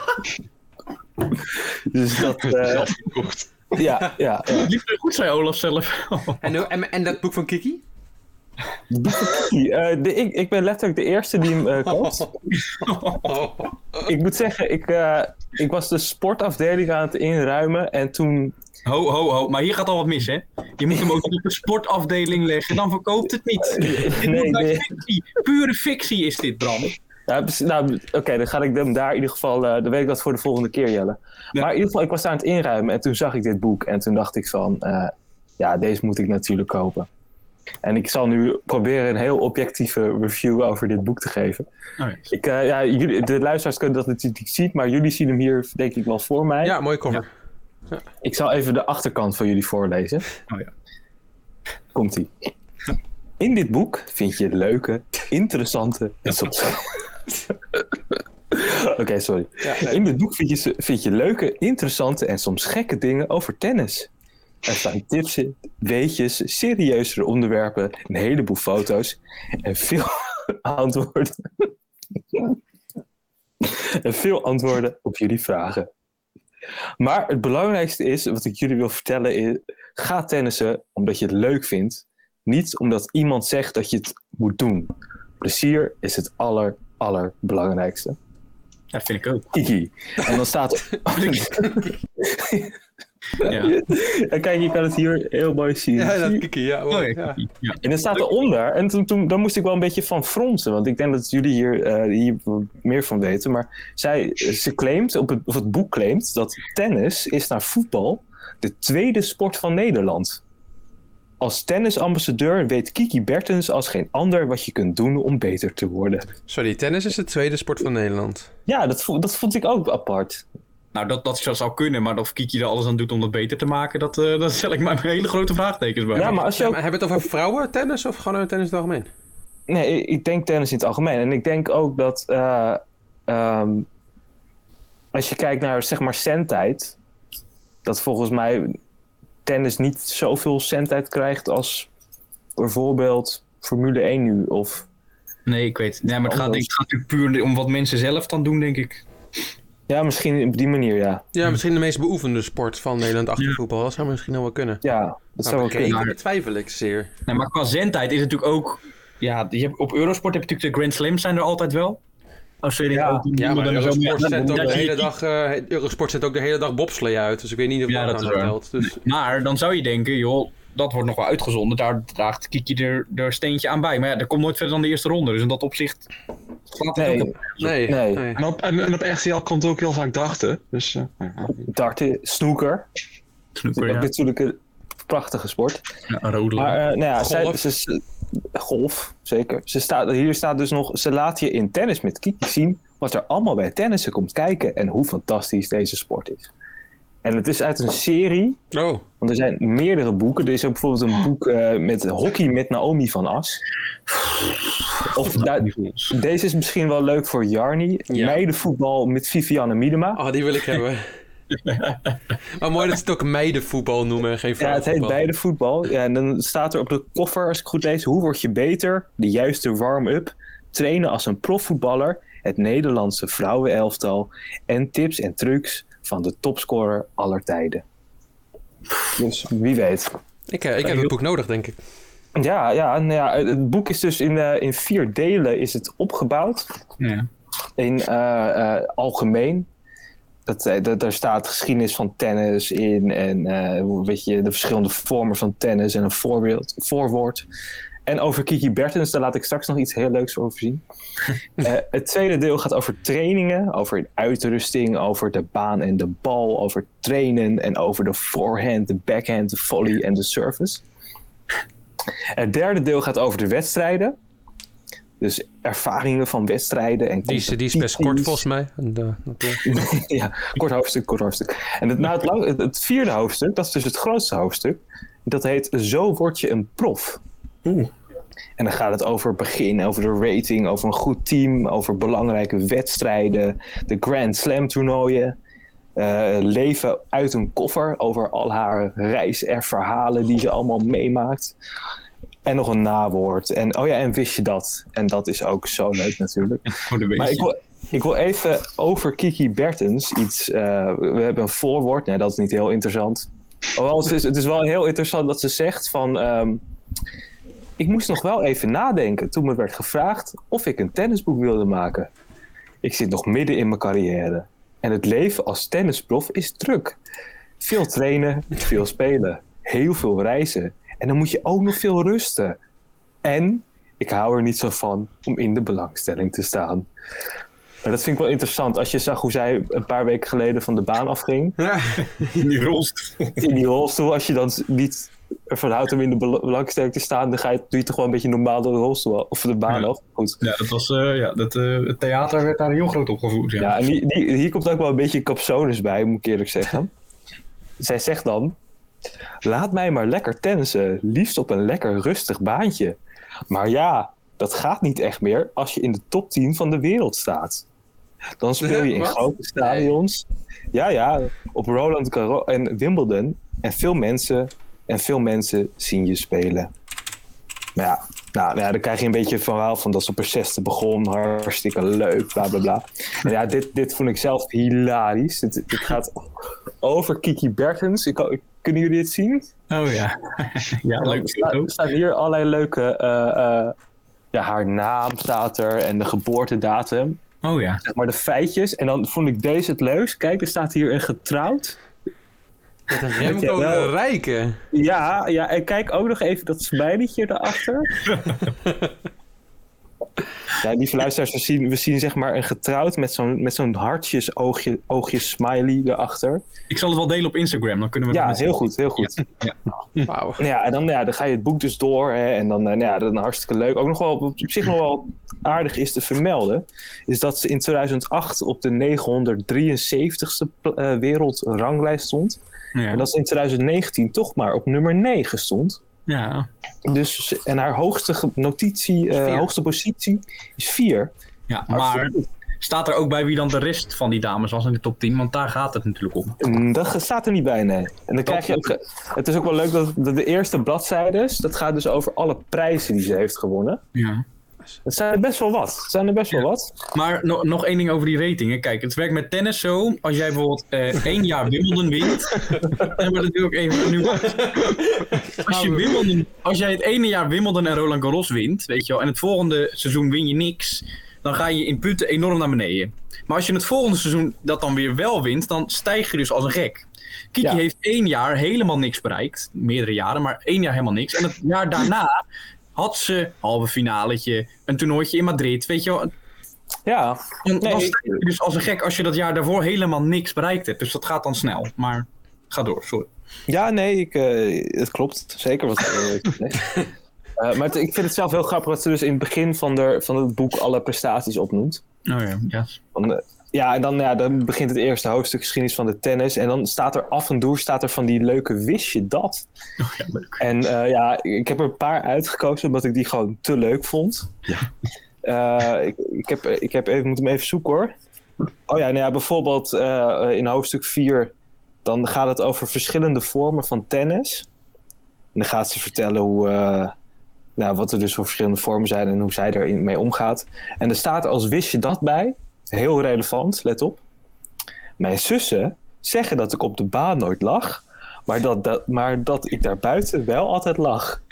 E: Dus dat... Uh, ja, ja.
C: Het liep er goed, zei Olaf zelf.
B: en, en, en dat boek van Kiki?
E: Het boek van Kiki? Uh, de, ik, ik ben letterlijk de eerste die hem uh, koopt. Ik moet zeggen, ik, uh, ik was de sportafdeling aan het inruimen en toen...
C: Ho, ho, ho. Maar hier gaat al wat mis, hè? Je moet hem ook op de sportafdeling leggen, dan verkoopt het niet. Dit
E: nee,
C: moet
E: nee.
C: fictie. Pure fictie is dit, Bram.
E: Ja, nou, oké, okay, dan ga ik hem daar in ieder geval... Uh, dan weet ik dat voor de volgende keer, Jelle. Ja. Maar in ieder geval, ik was daar aan het inruimen en toen zag ik dit boek. En toen dacht ik van, uh, ja, deze moet ik natuurlijk kopen. En ik zal nu proberen een heel objectieve review over dit boek te geven.
C: Oh, ja.
E: Ik, uh, ja, jullie, de luisteraars kunnen dat natuurlijk niet zien, maar jullie zien hem hier denk ik wel voor mij.
B: Ja, mooie cover.
E: Ja. Ja. Ik zal even de achterkant voor jullie voorlezen.
C: Oh, ja.
E: Komt-ie. In dit boek vind je leuke, interessante en soms... Oké, okay, sorry. Ja, nee. In dit boek vind je, vind je leuke, interessante en soms gekke dingen over tennis. Er staan tips in, weetjes, serieuzere onderwerpen, een heleboel foto's en veel antwoorden. en veel antwoorden op jullie vragen. Maar het belangrijkste is, wat ik jullie wil vertellen is, ga tennissen omdat je het leuk vindt. Niet omdat iemand zegt dat je het moet doen. Plezier is het aller, allerbelangrijkste.
C: Ja, vind ik ook.
E: Kiki. En dan staat...
C: ja.
E: En kijk, je kan het hier heel mooi zien.
B: Ja, dat Kiki, ja. Wow. ja.
E: ja. En dan staat eronder, en toen, toen dan moest ik wel een beetje van fronsen, want ik denk dat jullie hier, uh, hier meer van weten, maar zij, ze claimt, op het, of het boek claimt, dat tennis is naar voetbal de tweede sport van Nederland. Als tennisambassadeur weet Kiki Bertens als geen ander wat je kunt doen om beter te worden.
B: Sorry, tennis is de tweede sport van Nederland.
E: Ja, dat, vo- dat vond ik ook apart.
C: Nou, dat, dat zou kunnen, maar of Kiki er alles aan doet om dat beter te maken, dat, uh, dat stel ik maar hele grote vraagtekens bij.
E: Ja, maar als je
B: Ja,
E: ook...
B: maar hebben we het over vrouwen tennis of gewoon tennis in het algemeen?
E: Nee, ik denk tennis in het algemeen. En ik denk ook dat... Uh, um, als je kijkt naar, zeg maar, zendtijd... dat volgens mij tennis niet zoveel zendtijd krijgt als bijvoorbeeld Formule één nu. Of...
C: Nee, ik weet het. Nee, maar het gaat, denk, het gaat natuurlijk puur om wat mensen zelf dan doen, denk ik.
E: Ja, misschien op die manier, ja.
B: Ja, misschien de meest beoefende sport van Nederland achter ja. voetbal. Dat zou misschien wel wel kunnen.
E: Ja, dat
B: maar
E: zou wel kunnen.
B: Dat twijfel ik zeer.
C: Nee, maar qua zendtijd is het natuurlijk ook... Ja, je hebt, op Eurosport heb je natuurlijk de Grand Slams zijn er altijd wel. Als je
E: ja,
C: ook
B: ja, maar Eurosport
C: zo
B: zendt ook
C: dat
B: de
C: je,
B: hele dag, uh, Eurosport zendt ook de hele dag bobslee uit. Dus ik weet niet of
C: ja,
B: dat, dat nou telt. Dus...
C: Maar dan zou je denken, joh, dat wordt nog wel uitgezonden. Daar draagt Kiki er, er steentje aan bij. Maar ja, dat komt nooit verder dan de eerste ronde. Dus in dat opzicht slaat het
E: nee.
C: ook op.
B: Nee,
E: nee.
B: nee.
F: En, op, en, en op R T L komt ook heel vaak darten. Dus, uh,
E: darten, snooker.
C: Snooker,
E: dat
C: ja.
E: is natuurlijk een prachtige sport.
C: Ja, rodelen.
E: Maar uh, nou ja,
B: golf.
E: Zij, ze, golf, zeker. Ze staat, hier staat dus nog, ze laat je in tennis met Kiki zien wat er allemaal bij tennissen komt kijken en hoe fantastisch deze sport is. En het is uit een serie,
B: oh.
E: want er zijn meerdere boeken. Er is ook bijvoorbeeld een boek uh, met hockey met Naomi van As. Of, da- deze is misschien wel leuk voor Jarny.
B: Ja.
E: Meidenvoetbal met Vivianne Miedema.
B: Oh, die wil ik hebben. Maar mooi dat ze het ook meidenvoetbal noemen en geen
E: Ja, het
B: vrouwenvoetbal.
E: heet meidenvoetbal. Ja, en dan staat er op de koffer, als ik goed lees, hoe word je beter? De juiste warm-up. Trainen als een profvoetballer. Het Nederlandse vrouwenelftal. En tips en trucs van de topscorer aller tijden. Dus wie weet.
B: Ik, uh, ik heb het boek nodig, denk ik.
E: Ja, ja, nou ja het boek is dus in, uh, in vier delen is het opgebouwd.
C: Ja.
E: In uh, uh, algemeen. Dat, dat, daar staat geschiedenis van tennis in en uh, weet je, de verschillende vormen van tennis en een voorbeeld, voorwoord. En over Kiki Bertens, daar laat ik straks nog iets heel leuks over zien. uh, het tweede deel gaat over trainingen, over uitrusting, over de baan en de bal, over trainen en over de forehand, de backhand, de volley en de service. Het derde deel gaat over de wedstrijden. Dus ervaringen van wedstrijden en
B: die is, die is best kort volgens mij. En, uh, dat, uh...
E: ja, kort hoofdstuk, kort hoofdstuk. En het, nou, het, lang, het, het vierde hoofdstuk, dat is dus het grootste hoofdstuk. Dat heet Zo word je een prof.
C: Oeh.
E: En dan gaat het over begin, over de rating, over een goed team, over belangrijke wedstrijden, de Grand Slam toernooien. Uh, leven uit een koffer, over al haar reiserverhalen die ze allemaal meemaakt. En nog een nawoord. En oh ja, en wist je dat? En dat is ook zo leuk natuurlijk.
C: Oh,
E: maar ik wil, ik wil even over Kiki Bertens iets... Uh, we hebben een voorwoord. Nee, dat is niet heel interessant. Hoewel, het is, het is wel heel interessant dat ze zegt van... Um, ik moest nog wel even nadenken toen me werd gevraagd of ik een tennisboek wilde maken. Ik zit nog midden in mijn carrière. En het leven als tennisprof is druk. Veel trainen, veel spelen. Heel veel reizen. En dan moet je ook nog veel rusten. En ik hou er niet zo van om in de belangstelling te staan. Maar dat vind ik wel interessant. Als je zag hoe zij een paar weken geleden van de baan afging.
B: Ja.
C: In die rolstoel.
E: In die rolstoel. Als je dan niet ervan houdt om in de belangstelling te staan. Dan ga je, doe je toch gewoon een beetje normaal door de rolstoel of de baan
C: ja.
E: af. Goed.
C: Ja, dat was, uh, ja dat, uh, het theater werd daar heel groot opgevoerd. Ja,
E: ja en die, die, hier komt ook wel een beetje capsones bij, moet ik eerlijk zeggen. Zij zegt dan... Laat mij maar lekker tennissen, liefst op een lekker rustig baantje. Maar ja, dat gaat niet echt meer als je in de top tien van de wereld staat. Dan speel je in
B: Wat?
E: grote stadions. Ja, ja, op Roland Garros en Wimbledon. En veel mensen, en veel mensen zien je spelen. Maar ja, nou, ja, dan krijg je een beetje het verhaal van dat ze op haar zesde begon. Hartstikke leuk, bla bla bla. En ja, dit, dit vond ik zelf hilarisch. Dit, dit gaat over Kiki Bertens. Ik, ik, kunnen jullie het zien?
C: Oh ja. Ja, leuk.
E: Er staan hier allerlei leuke... Uh, uh, ja, haar naam staat er en de geboortedatum.
C: Oh ja.
E: Zeg maar de feitjes. En dan vond ik deze het leukst. Kijk, er staat hier een getrouwd.
B: Met een Remco de Rijke.
E: Ja, ja, en kijk ook nog even dat smileytje erachter. Ja, lieve luisteraars, we zien, we zien zeg maar een getrouwd met zo'n, met zo'n hartjes oogje, oogjes smiley erachter.
C: Ik zal het wel delen op Instagram, dan kunnen we
E: Ja,
C: dat met
E: heel goed, heel goed.
C: Ja.
B: Wauw.
E: Nou ja, en dan, ja, dan ga je het boek dus door. Hè, en dan, uh, nou ja, dan hartstikke leuk. Ook nog wel, op zich nog wel aardig is te vermelden, is dat ze in tweeduizend acht op de negenhonderddrieënzeventigste uh, wereldranglijst stond.
C: Ja.
E: En dat ze in tweeduizend negentien toch maar op nummer negen stond.
C: Ja.
E: Dus, en haar hoogste ge- notitie, uh, hoogste positie is vier.
C: Ja, maar staat er ook bij wie dan de rest van die dames was in de top tien? Want daar gaat het natuurlijk om.
E: Mm, Dat staat er niet bij, nee. En dan krijg je ook, het is ook wel leuk dat de, de eerste bladzijdes, dat gaat dus over alle prijzen die ze heeft gewonnen.
C: Ja.
E: Dat zijn er best wel wat. Dat zijn er best wel
C: Ja.
E: wat.
C: Maar no- nog één ding over die ratingen. Kijk, het werkt met tennis zo. Als jij bijvoorbeeld eh, één jaar Wimbledon wint. En maar dat doe ik even nu. Als, je Wimbledon, als jij het ene jaar Wimbledon en Roland Garros wint, weet je wel, en het volgende seizoen win je niks, dan ga je in punten enorm naar beneden. Maar als je het volgende seizoen dat dan weer wel wint, dan stijg je dus als een gek. Kiki
E: Ja.
C: heeft één jaar helemaal niks bereikt. Meerdere jaren, maar één jaar helemaal niks. En het jaar daarna had ze halve finaletje, een toernooitje in Madrid, weet je wel.
E: Ja,
C: Dan,
E: Nee,
C: dan
E: ik-
C: sta je dus als een gek als je dat jaar daarvoor helemaal niks bereikt hebt. Dus dat gaat dan snel. Maar ga door, sorry.
E: ja nee, ik, uh, het klopt. Zeker wat uh, ik zeg. Uh, maar het- ik vind het zelf heel grappig dat ze dus in het begin van, de, van het boek alle prestaties opnoemt.
C: Oh ja, ja.
E: Van, uh, ja, en dan, ja, dan begint het eerste hoofdstuk geschiedenis van de tennis. En dan staat er af en toe staat er van die leuke wist je dat?
C: Oh ja, leuk.
E: En uh, ja, ik heb er een paar uitgekozen omdat ik die gewoon te leuk vond.
C: Ja.
E: Uh, ik, ik, heb, ik heb even, moet hem even zoeken hoor. Oh ja, nou ja, bijvoorbeeld uh, in hoofdstuk vier, dan gaat het over verschillende vormen van tennis. En dan gaat ze vertellen hoe, uh, nou, wat er dus voor verschillende vormen zijn en hoe zij ermee omgaat. En er staat als wist je dat bij, heel relevant, let op. Mijn zussen zeggen dat ik op de baan nooit lag, maar dat, dat, maar dat ik daarbuiten wel altijd lag.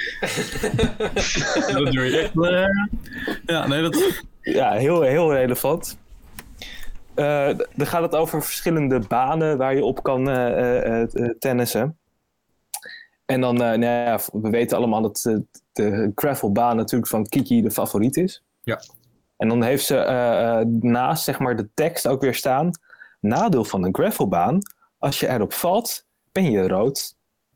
C: Dat doe je echt. Uh, ja, nee, dat...
E: Ja, heel, heel relevant. Uh, dan gaat het over verschillende banen waar je op kan uh, uh, uh, tennissen. En dan, uh, nou ja, we weten allemaal dat uh, de gravelbaan natuurlijk van Kiki de favoriet is.
C: Ja.
E: En dan heeft ze uh, uh, naast zeg maar de tekst ook weer staan: nadeel van een gravelbaan, als je erop valt, ben je rood.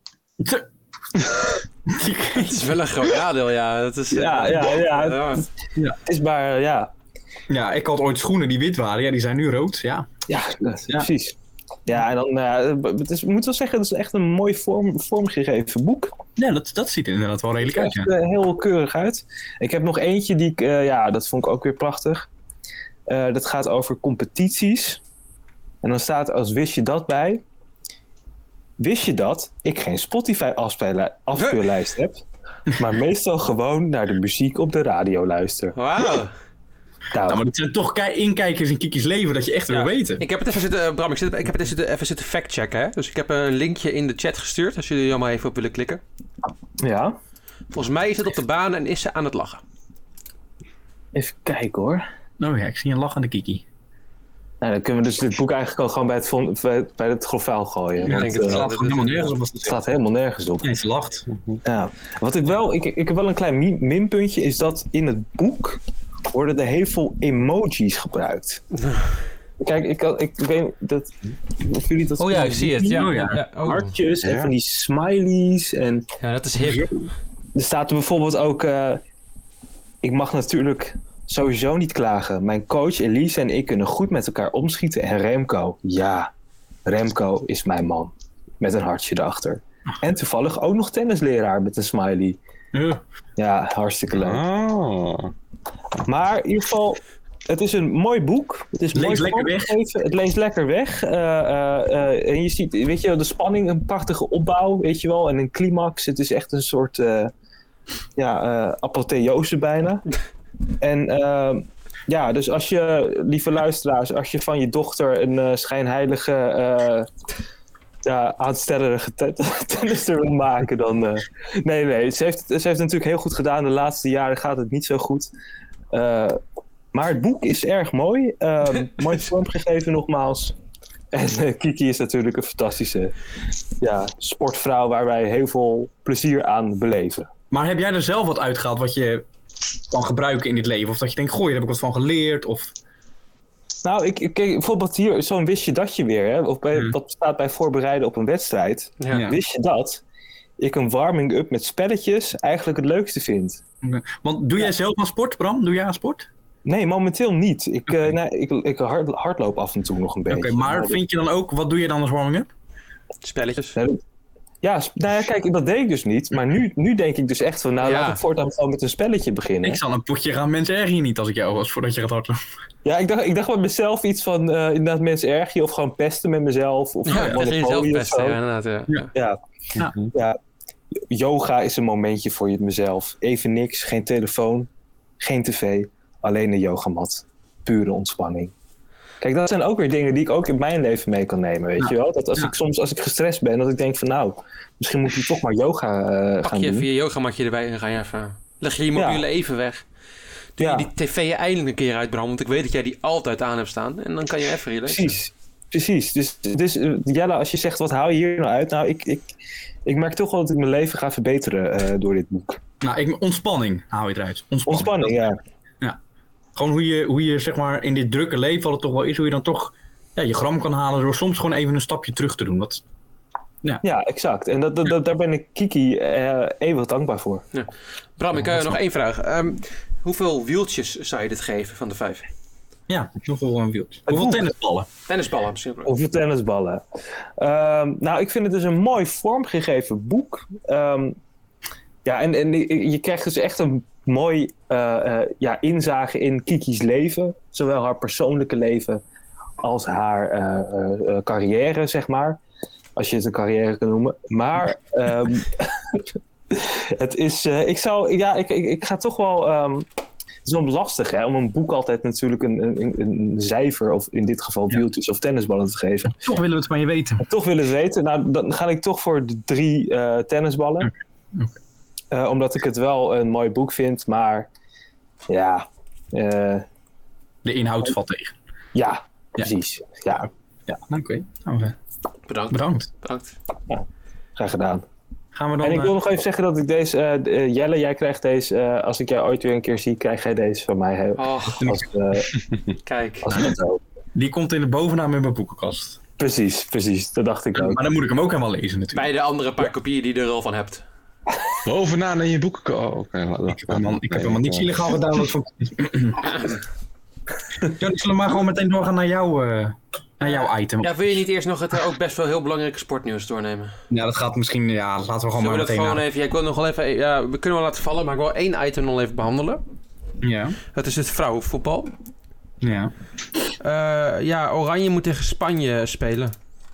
B: Het is wel een groot nadeel, ja. Dat is,
E: Ja, ja, ja.
B: ja.
C: Ja.
E: Het is maar, uh, ja.
C: Ja, ik had ooit schoenen die wit waren. Ja, die zijn nu rood. Ja.
E: Ja, precies. Ja, en dan, uh, het is, ik moet wel zeggen, het is echt een mooi vorm, vormgegeven boek.
C: Ja, dat, dat ziet er inderdaad wel redelijk uit.
E: Het
C: Ja.
E: ziet er heel keurig uit. Ik heb nog eentje die ik, uh, ja, dat vond ik ook weer prachtig. Uh, dat gaat over competities. En dan staat als wist je dat bij. Wist je dat ik geen Spotify afspeel- afspeellijst heb, maar meestal gewoon naar de muziek op de radio luister.
B: Wauw.
E: Nou,
C: Nou, maar dat zijn toch kei- inkijkers in Kiki's leven dat je echt
B: Ja.
C: wil weten.
B: Ik heb het even zitten, Bram, ik, zit, ik heb het even zitten, even zitten factchecken. Hè? Dus ik heb een linkje in de chat gestuurd, als jullie er maar even op willen klikken.
E: ja,
B: Volgens mij is het op de baan en is ze aan het lachen.
E: even kijken hoor.
C: Oh ja, ik zie een lachende Kiki.
E: Nou, dan kunnen we dus dit boek eigenlijk al gewoon bij het, von- bij, bij het grofaal gooien.
C: Ja,
E: want,
B: denk het
E: uh,
C: Het
B: wel.
C: slaat gewoon helemaal nergens op als het
E: het staat helemaal nergens op.
C: Nee, ze lacht.
E: Ja. Wat ik wel, ik, ik heb wel een klein mi- minpuntje, is dat in het boek worden er heel veel emojis gebruikt. Kijk, ik, ik, ik weet dat, of jullie dat
H: Oh ja, ik zie het. Ja,
C: Oh ja.
H: ja. oh.
E: hartjes en
F: Ja.
E: van die smileys en
H: Ja, dat is hip.
E: er staat er bijvoorbeeld ook, uh, ik mag natuurlijk sowieso niet klagen. Mijn coach Elise en ik kunnen goed met elkaar omschieten en Remco, ja, Remco is mijn man. Met een hartje erachter. En toevallig ook nog tennisleraar met een smiley.
C: Ja.
E: Ja, hartstikke leuk.
F: Ah.
E: Maar in ieder geval, het is een mooi boek. Het is
C: Leest
E: mooi
C: lekker weg.
E: vormgegeven. Het leest lekker weg. Uh, uh, uh, en je ziet, weet je, de spanning, een prachtige opbouw, weet je wel. En een climax. Het is echt een soort, uh, ja, uh, apotheose bijna. En uh, ja, dus als je, lieve luisteraars, als je van je dochter een uh, schijnheilige, uh, ja, aanstellerige ten- tennister wil maken, dan... Uh, nee, nee, ze heeft, ze heeft het natuurlijk heel goed gedaan. De laatste jaren gaat het niet zo goed. Uh, maar het boek is erg mooi. Uh, mooi vormgegeven nogmaals. En uh, Kiki is natuurlijk een fantastische ja, sportvrouw waar wij heel veel plezier aan beleven.
C: Maar heb jij er zelf wat uitgehaald wat je kan gebruiken in dit leven? Of dat je denkt, goh, daar heb ik wat van geleerd? Of...
E: Nou, ik, ik, bijvoorbeeld hier, zo'n wist je dat je weer, hè? Of bij,
C: Hmm.
E: dat staat bij voorbereiden op een wedstrijd.
B: Ja.
C: Ja.
E: Wist je dat ik een warming-up met spelletjes eigenlijk het leukste vind?
C: Want doe jij zelf aan sport, Bram? Doe jij aan sport?
E: Nee, momenteel niet. Ik, eh, nee, ik, ik hard, hardloop af en toe nog een
C: Oké,
E: beetje.
C: maar vind je dan ook, wat doe je dan als warming-up?
B: Spelletjes.
E: Ja, sp- nou ja, kijk, dat deed ik dus niet. Maar nu, nu denk ik dus echt van, nou,
B: Ja.
E: laat ik voortaan gewoon met een spelletje beginnen.
C: Ik zal een potje gaan, mensen erg je niet als ik jou was, voordat je gaat hardlopen.
E: Ja, ik dacht, ik dacht bij mezelf iets van, eh, inderdaad, mensen erg je of gewoon pesten met mezelf. Of
B: Ja,
E: gewoon
B: dat ging je zelf
E: Monopoly of
B: pesten,
E: zo.
B: ja, inderdaad. Ja.
C: Ja.
E: Ja.
C: Ja.
E: Ja. Yoga is een momentje voor je mezelf. Even niks, geen telefoon, geen tv, alleen een yogamat. Pure ontspanning. Kijk, dat zijn ook weer dingen die ik ook in mijn leven mee kan nemen, weet
C: Ja.
E: je wel? Dat als
C: Ja.
E: ik soms, als ik gestrest ben, dat ik denk van nou, misschien moet ik toch maar yoga eh,
B: Pak
E: gaan
B: je
E: doen.
B: even je yogamatje erbij en ga je even... Leg je je mobiele
E: Ja.
B: even weg. Doe
E: Ja.
B: je die tv eindelijk een keer uit, Bram. Want ik weet dat jij die altijd aan hebt staan. En dan kan je even relaxen.
E: Precies, precies. Dus, dus eh, Jelle, als je zegt, wat haal je hier nou uit? Nou, ik, ik, ik merk toch wel dat ik mijn leven ga verbeteren eh, door dit boek.
C: Nou, ik, ontspanning haal je eruit. Ontspanning.
E: Ontspanning, ja.
C: Gewoon hoe je, hoe je zeg maar in dit drukke leven, wat het toch wel is, hoe je dan toch ja, je gram kan halen door soms gewoon even een stapje terug te doen. Wat,
E: Ja, exact. En dat, dat, dat- daar ben ik Kiki eh, eeuwig dankbaar voor.
B: Bram, ik heb nog één vraag. Ehm, hoeveel wieltjes zou je dit geven van de vijf?
C: ja, nogal een wild. Hoeveel
E: boek.
C: tennisballen?
B: Tennisballen misschien. Bram.
E: Hoeveel tennisballen? Ehm, nou, ik vind het dus een mooi vormgegeven boek. Ehm, ja, en, en je je krijgt dus echt een mooi eh, eh, ja, inzage in Kiki's leven. Zowel haar persoonlijke leven als haar eh, eh, eh, carrière, zeg maar. Als je het een carrière kan noemen. Maar ehm, het is... eh, ik zou... Ja, ik, ik, ik ga toch wel... ehm, het is wel lastig, hè, om een boek altijd natuurlijk een, een, een cijfer, of in dit geval
C: Ja.
E: wieltjes of tennisballen te geven.
C: Toch willen we het van je weten.
E: Toch willen weten, nou, dan ga ik toch voor de drie eh, tennisballen.
C: Oké.
E: Eh, omdat ik het wel een mooi boek vind, maar ja, eh,
C: De inhoud valt tegen.
E: ja, precies. Ja,
C: Ja, nou, oké. Nou, eh,
B: Bedankt.
C: bedankt.
B: Bedankt.
E: graag gedaan.
C: Gaan we dan...
E: En ik wil
C: eh,
E: nog even zeggen dat ik deze, eh, eh, Jelle, jij krijgt deze, eh, als ik jou ooit weer een keer zie, krijg jij deze van mij. Hè,
B: Oh,
E: als, eh,
B: kijk.
E: als cadeau.
C: die komt in de bovenaan in mijn boekenkast.
E: Precies, precies, dat dacht ik ook.
C: Maar dan moet ik hem ook helemaal lezen natuurlijk.
B: Bij de andere paar kopieën die je er al van hebt.
F: Bovenaan in je boeken. Oh, oké. laat-
C: Ik heb helemaal, ik heb helemaal niets illegaal gedownload van... ja, dus zullen we maar gewoon meteen doorgaan naar, jou, uh, naar jouw item. Ja.
B: Ja, wil je niet eerst nog het uh, ook best wel heel belangrijke sportnieuws doornemen?
C: dat gaat misschien... Ja, laten we gewoon
B: Zullen
C: maar
B: we dat
C: meteen
B: gewoon
C: naar...
B: even... Ja, ik wil nog wel even... Ja, we kunnen wel laten vallen, maar ik wil één item nog even behandelen.
C: Ja,
B: Dat is het vrouwenvoetbal.
C: ja,
B: Uh, ja, Oranje moet tegen Spanje spelen.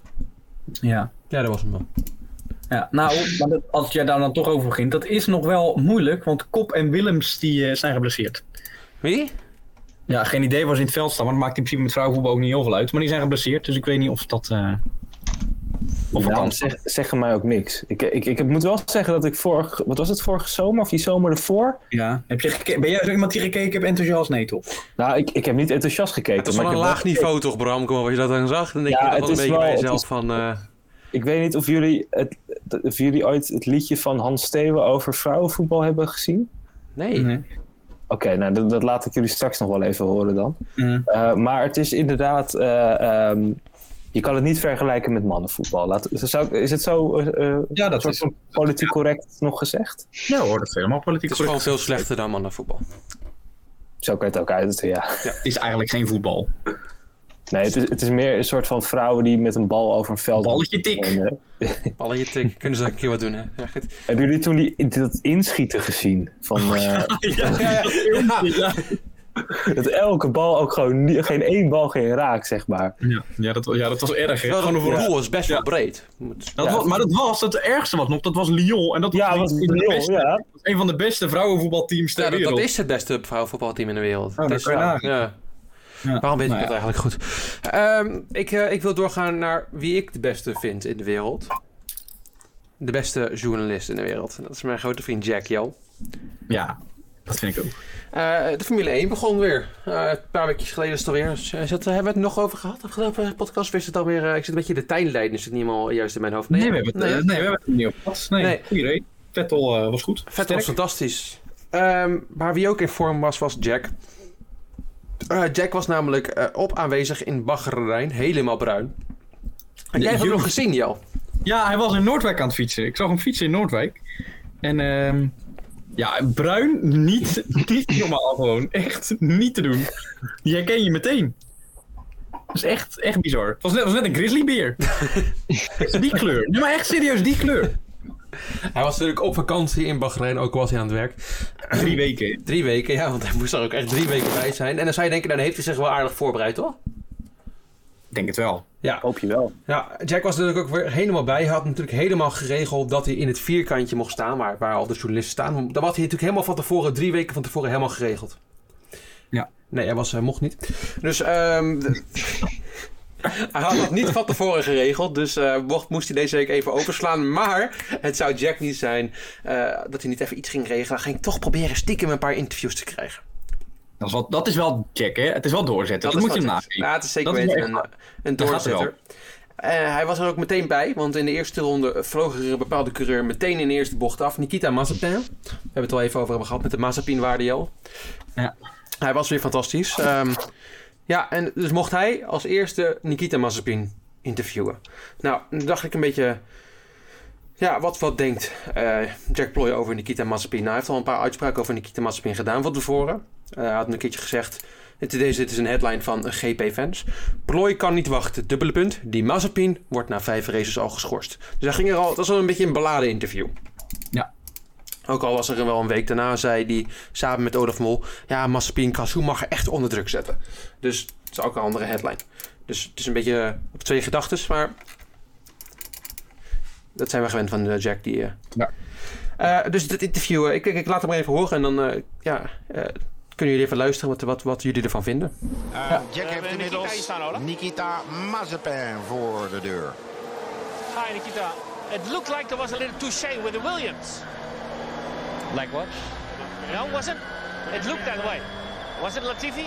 C: ja.
B: Ja, dat was hem wel.
C: Ja, nou, maar dat, als jij daar dan toch over begint, dat is nog wel moeilijk, want Kop en Willems die uh, zijn geblesseerd.
B: Wie?
C: Ja, geen idee waar ze in het veld staan, maar dat maakt in principe met vrouwenvoetbal ook niet heel veel uit. Maar die zijn geblesseerd, dus ik weet niet of dat... Uh, of
E: Nou,
C: kan.
E: zeg, zeggen mij ook niks. Ik, ik, ik moet wel zeggen dat ik vorig... Wat was het, vorige zomer of die zomer ervoor?
C: Ja. Heb je geke- ben jij zo iemand die gekeken hebt enthousiast? Nee, toch?
E: Nou, ik, ik heb niet enthousiast gekeken.
B: Het was
E: maar
B: wel een
E: ik heb
B: laag
E: wel
B: niveau toch, Bram? Kom op, als je dat dan zag, dan denk
E: Ja,
B: je
E: het
B: toch wel een
E: is
B: beetje bij
E: wel- het
B: jezelf
E: is-
B: van... Uh,
E: Ik weet niet of jullie, het, of jullie ooit het liedje van Hans Steeuwen over vrouwenvoetbal hebben gezien.
B: nee.
E: Oké, nou dat, dat laat ik jullie straks nog wel even horen dan.
C: Mm.
E: Uh, maar het is inderdaad, uh, um, je kan het niet vergelijken met mannenvoetbal. Laat, zou, is het zo uh,
C: Ja, dat
E: soort
C: is...
E: van politiek correct nog gezegd?
C: Ja hoor, dat is helemaal politiek
B: Het is gewoon
C: correct.
B: veel slechter dan mannenvoetbal.
E: Zo kan je het ook uiten, ja.
C: Het is eigenlijk geen voetbal.
E: Nee, het is, het is meer een soort van vrouwen die met een bal over een veld...
C: Balletje tik.
E: En, uh,
B: Balletje tik, kunnen ze een keer wat doen, hè? Ja, goed.
E: hebben jullie toen die, dat inschieten gezien? Van, uh,
C: Ja, ja, ja. ja.
E: dat elke bal ook gewoon, niet, geen één bal geen raak, zeg maar.
C: Ja, ja, dat, ja, dat was erg. Hè?
B: Wel,
C: Gewoon
B: dat
C: over-
B: doel is best wel
C: Ja.
B: breed. Moet-
C: Dat
E: Ja.
C: was, maar dat was, het ergste was nog, dat was Lyon. En dat was,
E: Ja,
C: een
E: was
C: van de
E: Lyon,
C: beste-
E: ja.
C: dat was een van de beste vrouwenvoetbalteams ter
B: Ja, dat,
C: wereld.
B: dat is het beste vrouwenvoetbalteam in de wereld.
C: Oh, dat
B: Het is-
C: kan je nagaan.
B: ja.
C: Ja.
B: Waarom weet
C: Nou
B: ik dat
C: ja.
B: eigenlijk goed? Ehm, ik, uh, ik wil doorgaan naar wie ik de beste vind in de wereld. De beste journalist in de wereld. En dat is mijn grote vriend Jack Joe.
C: Ja, dat vind ik ook.
B: Uh, de Formule één begon weer. Uh, een paar weken geleden is het alweer. Dus, uh, zit, hebben we het nog over gehad? Afgelopen podcast is het alweer. Uh, ik zit een beetje de tijdlijn, is het niet helemaal juist in mijn hoofd.
C: Nee, we hebben het,
B: nee,
C: uh, nee, we hebben het er niet op gehad. Nee,
B: Nee.
C: goeie reed. Vettel uh, was goed.
B: Vet was fantastisch. Um, maar wie ook in vorm was, was Jack. Uh, Jack was namelijk uh, op aanwezig in Bahrein, helemaal bruin. En jij hebt hem nog gezien, Jel?
C: Ja, hij was in Noordwijk aan het fietsen. Ik zag hem fietsen in Noordwijk. En uh, ja, bruin, niet, niet normaal gewoon. Echt niet te doen. Die herken je meteen. Dat is echt, echt bizar. Het was net, was net een grizzlybeer. Die kleur. Nee, maar echt serieus, die kleur.
B: Hij was natuurlijk op vakantie in Bahrein, ook was hij aan het werk.
C: Drie weken.
B: Drie weken, ja, want hij moest er ook echt drie weken bij zijn. En dan zou je denken, nou, dan heeft hij zich wel aardig voorbereid, toch?
C: Ik denk het wel.
B: Ja.
E: Hoop je wel.
B: Ja, Jack was natuurlijk ook weer helemaal bij. Hij had natuurlijk helemaal geregeld dat hij in het vierkantje mocht staan, waar, waar al de journalisten staan. Dat had hij natuurlijk helemaal van tevoren, drie weken van tevoren helemaal geregeld.
C: Ja.
B: Nee, hij, was, hij mocht niet. Dus, um, hij had het niet van tevoren geregeld, dus uh, mocht, moest hij deze week even overslaan. Maar het zou Jack niet zijn uh, dat hij niet even iets ging regelen. Dan ging ik toch proberen stiekem een paar interviews te krijgen.
C: Dat is, wel, dat is wel Jack, hè? Het is wel doorzetten. Dat, dat moet je hem nageven.
B: Ja, het is zeker weten een, een doorzetter. Uh, hij was er ook meteen bij, want in de eerste ronde vloog er een bepaalde coureur meteen in de eerste bocht af. Nikita Mazepin. We hebben het al even over hebben gehad met de Mazepin-waarde, Jel.
C: Ja.
B: Hij was weer fantastisch. Um, ja, en dus mocht hij als eerste Nikita Mazepin interviewen. Nou, dan dacht ik een beetje... Ja, wat, wat denkt uh, Jack Ploy over Nikita Mazepin? Nou, hij heeft al een paar uitspraken over Nikita Mazepin gedaan van tevoren. Uh, hij had een keertje gezegd... Deze, dit is een headline van G P-fans. Ploy kan niet wachten. Dubbele punt. Die Mazepin wordt na vijf races al geschorst. Dus hij ging er al... Dat was wel een beetje een beladen interview.
C: Ja.
B: Ook al was er wel een week daarna, zei hij samen met Olaf Mol... Ja, Mazepin kan Schumacher echt onder druk zetten. Dus dat is ook een andere headline. Dus het is een beetje op twee gedachtes, maar... Dat zijn we gewend van Jack. Die, uh...
C: ja.
B: uh, dus dit interview, uh, ik, ik laat hem maar even horen en dan... Uh, ja, uh, kunnen jullie even luisteren wat, wat, wat jullie ervan vinden?
H: Uh, ja. Jack heeft inmiddels Nikita Mazepin voor de deur.
G: Hi Nikita. It looked like there was a little touche with the Williams.
I: Like what?
G: No, wasn't? It looked that way. Was it Latifi?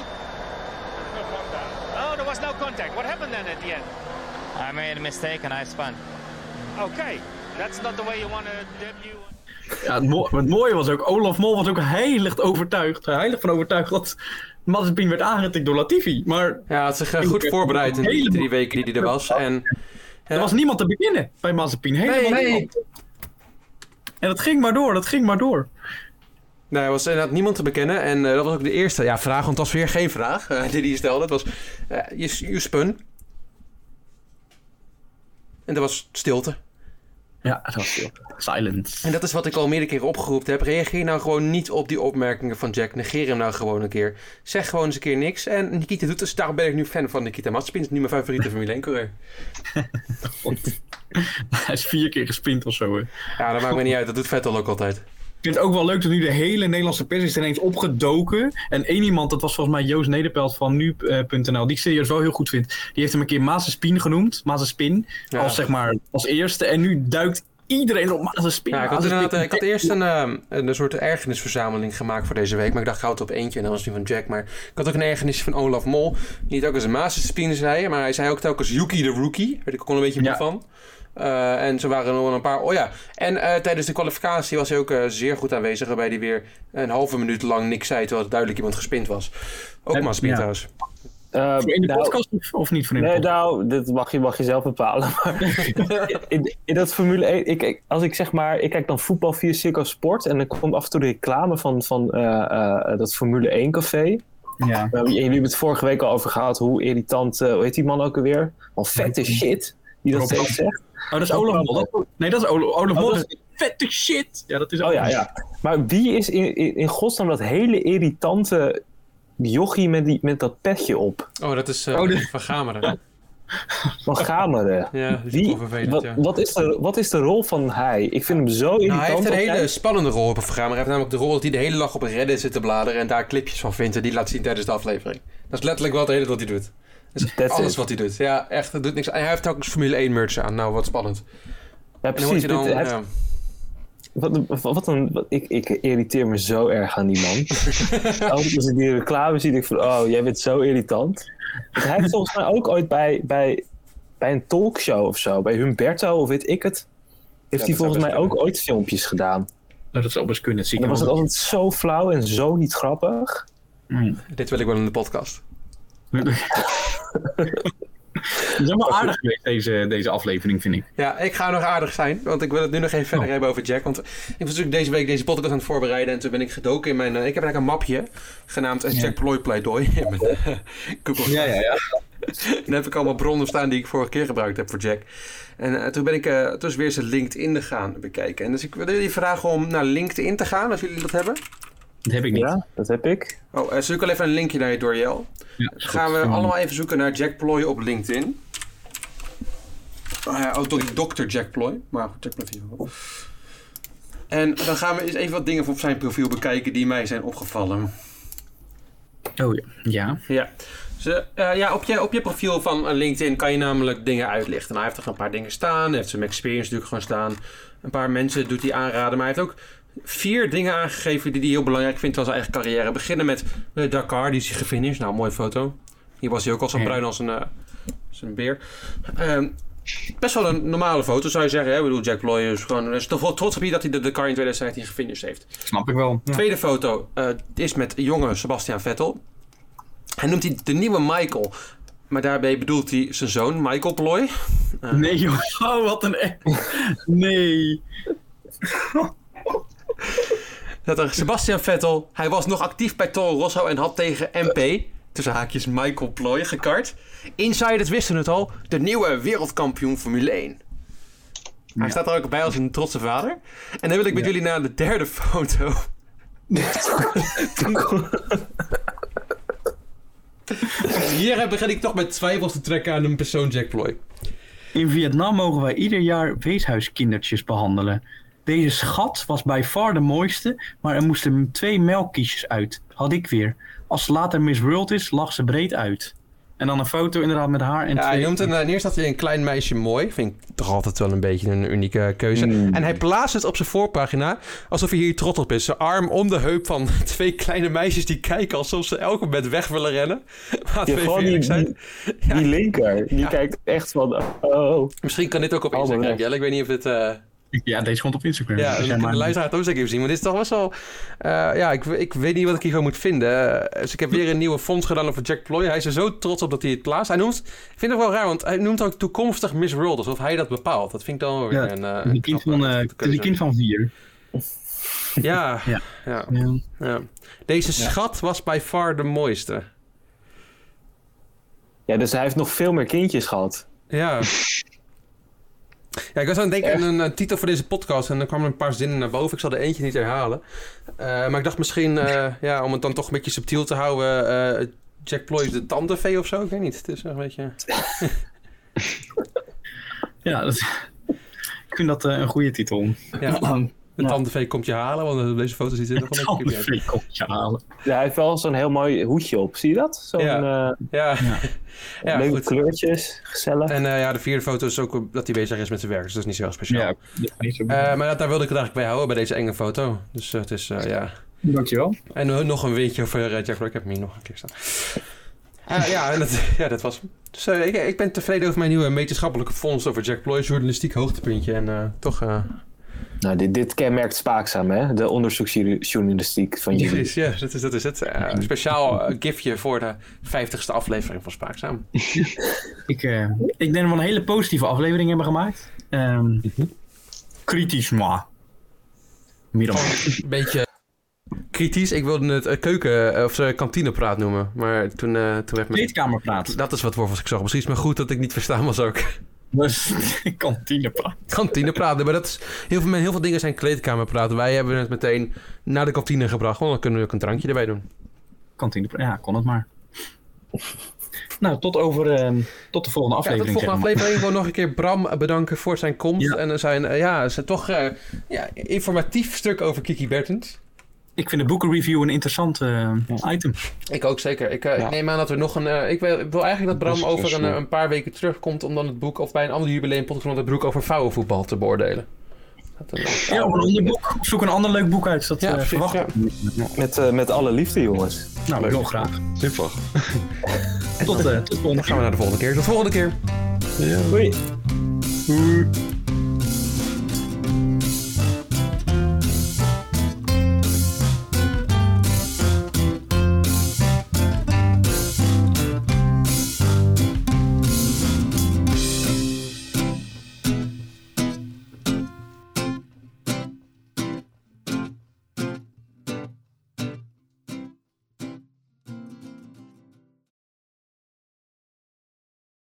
G: Oh, there was no contact. What happened then at the end?
I: I made a mistake and I spun.
G: Okay, that's not the way you want to debut.
C: Ja, het, mo- het mooie was ook, Olaf Mol was ook heilig overtuigd, heilig van overtuigd dat Mazepin werd aangetikt door Latifi. Maar
B: ja, hij had zich uh, goed voorbereid in die drie weken die hij er was. En,
C: er
B: ja.
C: was niemand te beginnen bij Mazepin. Helemaal
B: nee, nee.
C: En dat ging maar door, dat ging maar door.
B: Nee, er was inderdaad niemand te bekennen. En uh, dat was ook de eerste ja, vraag, want het was weer geen vraag uh, die hij stelde. Het was, uh, je, je spun. En dat was stilte.
C: Ja, dat was stilte. Silence.
B: En dat is wat ik al meerdere keren opgeroepen heb. Reageer nou gewoon niet op die opmerkingen van Jack. Negeer hem nou gewoon een keer. Zeg gewoon eens een keer niks. En Nikita doet dus. Daarom ben ik nu fan van Nikita Mazepin. Dat is nu mijn favoriete Formule één-coureur.
C: Hij is vier keer gesprint of zo. Hè.
B: Ja, dat maakt me niet uit. Dat doet Vettel ook altijd.
C: Ik vind het ook wel leuk dat nu de hele Nederlandse pers is ineens opgedoken. En één iemand, dat was volgens mij Joost Nederpelt van nu punt n l, die ik serieus wel heel goed vind. Die heeft hem een keer Mazepin genoemd. Mazepin. Ja. Als zeg maar als eerste. En nu duikt iedereen op Mazepin.
B: Ja, ik had, inderdaad, ik had eerst een, uh, een soort ergernisverzameling gemaakt voor deze week. Maar ik dacht, ik houd het op eentje en dan was het nu van Jack. Maar ik had ook een ergernis van Olaf Mol. Die het ook als een Mazepin zei. Maar hij zei ook telkens Yuki de Rookie. Daar werd ik ook al een beetje moe ja. van. Uh, en zo waren er nog een paar... Oh ja, en uh, tijdens de kwalificatie was hij ook uh, zeer goed aanwezig. Waarbij hij weer een halve minuut lang niks zei. Terwijl het duidelijk iemand gespind was. Ook Mazepin ja. trouwens.
C: Uh, in de nou, podcast of niet? Van in de
E: nee,
C: podcast?
E: nou, dat mag je, mag je zelf bepalen. Maar in, in dat Formule één... Ik, ik, als ik zeg maar... Ik kijk dan voetbal via Circo Sport. En dan komt af en toe de reclame van, van uh, uh, dat Formule één café. Ja. Uh, jullie hebben het vorige week al over gehad. Hoe irritant... Uh, hoe heet die man ook alweer? Al vette shit. Die dat steeds zegt.
C: Oh, dat is Olaf Mol. Nee, dat is Olaf, Olaf Mol. Oh, dat is vette shit. Ja, dat is ook
E: oh ja, ja. Maar wie is in, in, in godsnaam dat hele irritante jochie met, die, met dat petje op?
B: Oh, dat is uh, oh, dit... Van Gameren.
E: Van Gameren.
B: Ja,
E: wie, wat, ja. wat, is de, wat is de rol van hij? Ik vind hem zo irritant. Nou,
B: hij heeft een hele hij... spannende rol op een Van Gameren. Hij heeft namelijk de rol dat hij de hele dag op een Reddit zit te bladeren en daar clipjes van vindt en die laat zien tijdens de aflevering. Dat is letterlijk wel het hele wat hij doet. Dat is alles it. wat hij doet. Ja, echt. Het doet niks. En hij heeft ook Formule één merch aan. Nou, wat spannend.
E: Ja, precies. En dan, dit, ja. heeft... Wat, wat een... Wat, ik, ik irriteer me zo erg aan die man. Altijd als ik die reclame zie, denk ik van... Oh, jij bent zo irritant. Want hij heeft volgens mij ook ooit bij, bij, bij een talkshow of zo... Bij Humberto of weet ik het... Heeft ja, hij volgens mij ook ooit filmpjes gedaan.
C: Dat zou best kunnen.
E: En dan was het altijd zo flauw en zo niet grappig.
C: Mm.
B: Dit wil ik wel in de podcast.
C: Het is helemaal aardig geweest, deze, deze aflevering, vind ik.
B: Ja, ik ga nog aardig zijn, want ik wil het nu nog even verder oh. hebben over Jack. Want ik was natuurlijk deze week deze podcast aan het voorbereiden en toen ben ik gedoken in mijn... Uh, ik heb eigenlijk een mapje genaamd uh, Jack Ploy Pleidooi in mijn uh, Google.
C: Ja, ja, ja.
B: Dan heb ik allemaal bronnen staan die ik vorige keer gebruikt heb voor Jack. En uh, toen ben ik uh, dus weer zijn LinkedIn gaan bekijken. En dus ik wil jullie vragen om naar LinkedIn te gaan, als jullie dat hebben.
C: Dat heb ik niet.
E: Ja, dat heb ik.
B: Oh, uh, zoek al even een linkje naar je door, Jel. Ja, dus gaan we mm. allemaal even zoeken naar Jack Ploy op LinkedIn. Uh, oh, dokter Jack Ploy. Maar goed, Jack Ploy. En dan gaan we eens even wat dingen op zijn profiel bekijken die mij zijn opgevallen.
C: Oh ja.
B: Ja. Dus, uh, ja, op je, op je profiel van LinkedIn kan je namelijk dingen uitlichten. Nou, hij heeft er een paar dingen staan. Hij heeft zijn experience natuurlijk gewoon staan. Een paar mensen doet hij aanraden. Maar hij heeft ook vier dingen aangegeven die hij heel belangrijk vindt van zijn eigen carrière. Beginnen met uh, Dakar, die is hij gefinished. Nou, mooie foto. Hier was hij ook al zo bruin als een, uh, als een beer. Uh, best wel een normale foto, zou je zeggen. Hè? Ik bedoel, Jack Ploy is gewoon... is toch wel trots op je dat hij de Dakar in twintig zeventien gefinished heeft.
C: Snap ik wel. Ja.
B: Tweede foto uh, is met jonge Sebastian Vettel. Hij noemt hij de nieuwe Michael. Maar daarbij bedoelt hij zijn zoon, Michael Ploy. Uh,
C: nee joh, oh, wat een... E- nee.
B: Dat er Sebastian Vettel, hij was nog actief bij Toro Rosso en had tegen M P, tussen haakjes Michael Ploy, gekart. Insiders wisten het al, de nieuwe wereldkampioen Formule één. Ja. Hij staat er ook bij als een trotse vader. En dan wil ik met ja. jullie naar de derde foto. Hier begin ik toch met twijfels te trekken aan een persoon Jack Ploy.
C: In Vietnam mogen wij ieder jaar weeshuiskindertjes behandelen. Deze schat was bij far de mooiste, maar er moesten twee melkkiesjes uit. Had ik weer. Als ze later Miss World is, lag ze breed uit. En dan een foto inderdaad met haar en
B: ja,
C: twee...
B: hij noemt een, eerst dat hij een klein meisje mooi. Vind ik toch altijd wel een beetje een unieke keuze. Mm. En hij plaatst het op zijn voorpagina alsof hij hier trots op is. Zijn arm om de heup van twee kleine meisjes die kijken alsof ze elk moment weg willen rennen.
E: Ja, gewoon die, zijn. Die, ja. die linker, die ja. kijkt echt van... Oh.
B: Misschien kan dit ook op Instagram. Ja, ik weet niet of dit... Uh...
C: Ja, deze komt op Instagram.
B: Ja, dus de luisteraar het ook zeker even zien. Maar dit is toch best wel... Uh, ja, ik, ik weet niet wat ik hiervan moet vinden. Uh, dus ik heb weer een nieuwe fonds gedaan over Jack Ploy. Hij is er zo trots op dat hij het plaatst. Hij noemt... Ik vind het wel raar, want hij noemt ook toekomstig Miss World. Alsof hij dat bepaalt. Dat vind ik dan weer...
C: Ja,
B: een, uh,
C: die kind van, uh, die kind van vier.
B: Ja, ja. ja. ja. ja. Deze ja. schat was by far de mooiste.
E: Ja, dus hij heeft nog veel meer kindjes gehad.
B: Ja. Ja, ik was aan het denken aan een, een titel voor deze podcast en er kwamen een paar zinnen naar boven. Ik zal er eentje niet herhalen. Uh, maar ik dacht misschien, uh, ja, om het dan toch een beetje subtiel te houden, uh, Jack Ploy is de tandenvee of zo. Ik weet niet, het is een beetje...
C: ja, dat, ik vind dat uh, een goede titel.
B: Ja. De tandenvee komt je halen, want op deze foto's ziet het er gewoon
C: een tandenvee komt je halen.
E: Ja, hij heeft wel zo'n heel mooi hoedje op, zie je dat? Zo'n
B: ja.
E: Uh,
B: ja. ja. ja
E: leuke
B: goed.
E: kleurtjes, gezellig.
B: En uh, ja, de vierde foto is ook dat hij bezig is met zijn werk, dus dat is niet zo heel speciaal. Ja, niet zo uh, maar dat, daar wilde ik het eigenlijk bij houden, bij deze enge foto. Dus uh, het is, uh, ja...
C: Dankjewel.
B: En uh, nog een windje over uh, Jack Ploy, ik heb hem hier nog een keer staan. Uh, ja, en dat, ja, dat was dus, uh, ik, ik ben tevreden over mijn nieuwe wetenschappelijke fonds over Jack Ploy, journalistiek hoogtepuntje en uh, toch... Uh,
E: Nou, dit, dit kenmerkt Spaakzaam, hè? De onderzoeksjournalistiek van jullie.
B: Precies, ja, dat is, dat is het. Uh, een speciaal uh, gifje voor de vijftigste aflevering van Spaakzaam.
C: ik, uh, ik denk dat we een hele positieve aflevering hebben gemaakt. Um, mm-hmm. Kritisch, maar.
B: Een beetje kritisch. Ik wilde het uh, keuken- uh, of uh, kantinepraat noemen. Maar toen, uh, toen werd me...
C: Kleedkamerpraat.
B: Dat is wat woord ik zag. Misschien is het maar goed dat ik niet verstaan was ook.
C: Dus kantinepraat.
B: Kantinepraat, maar dat is, heel, veel, heel veel dingen zijn kleedkamerpraten. Wij hebben het meteen naar de kantine gebracht, want dan kunnen we ook een drankje erbij doen.
C: Kantinepraat, ja, kon het maar. Nou, tot over uh, tot de volgende aflevering.
B: Ja, tot de volgende aflevering. Ik wil nog een keer Bram bedanken voor zijn komst. Ja. En zijn, uh, ja, zijn toch uh, ja, informatief stuk over Kiki Bertens.
C: Ik vind de boekenreview een interessant uh, item.
B: Ik ook zeker. Ik, uh, ja. ik neem aan dat er nog een... Uh, ik wil, wil eigenlijk dat Bram over een, een paar weken terugkomt om dan het boek, of bij een ander jubileumpodcast, om het boek over vrouwenvoetbal te beoordelen.
C: Uh, ja, of een ander boek. Of zoek een ander leuk boek uit. Dat ja, uh, verwacht ja.
E: Met, uh, met alle liefde, jongens.
C: Nou, leuk. Heel graag.
F: Super.
C: tot, uh, tot de volgende keer.
B: Dan gaan we naar de volgende keer. Tot de volgende keer.
E: Ja. Doei.
C: Doei.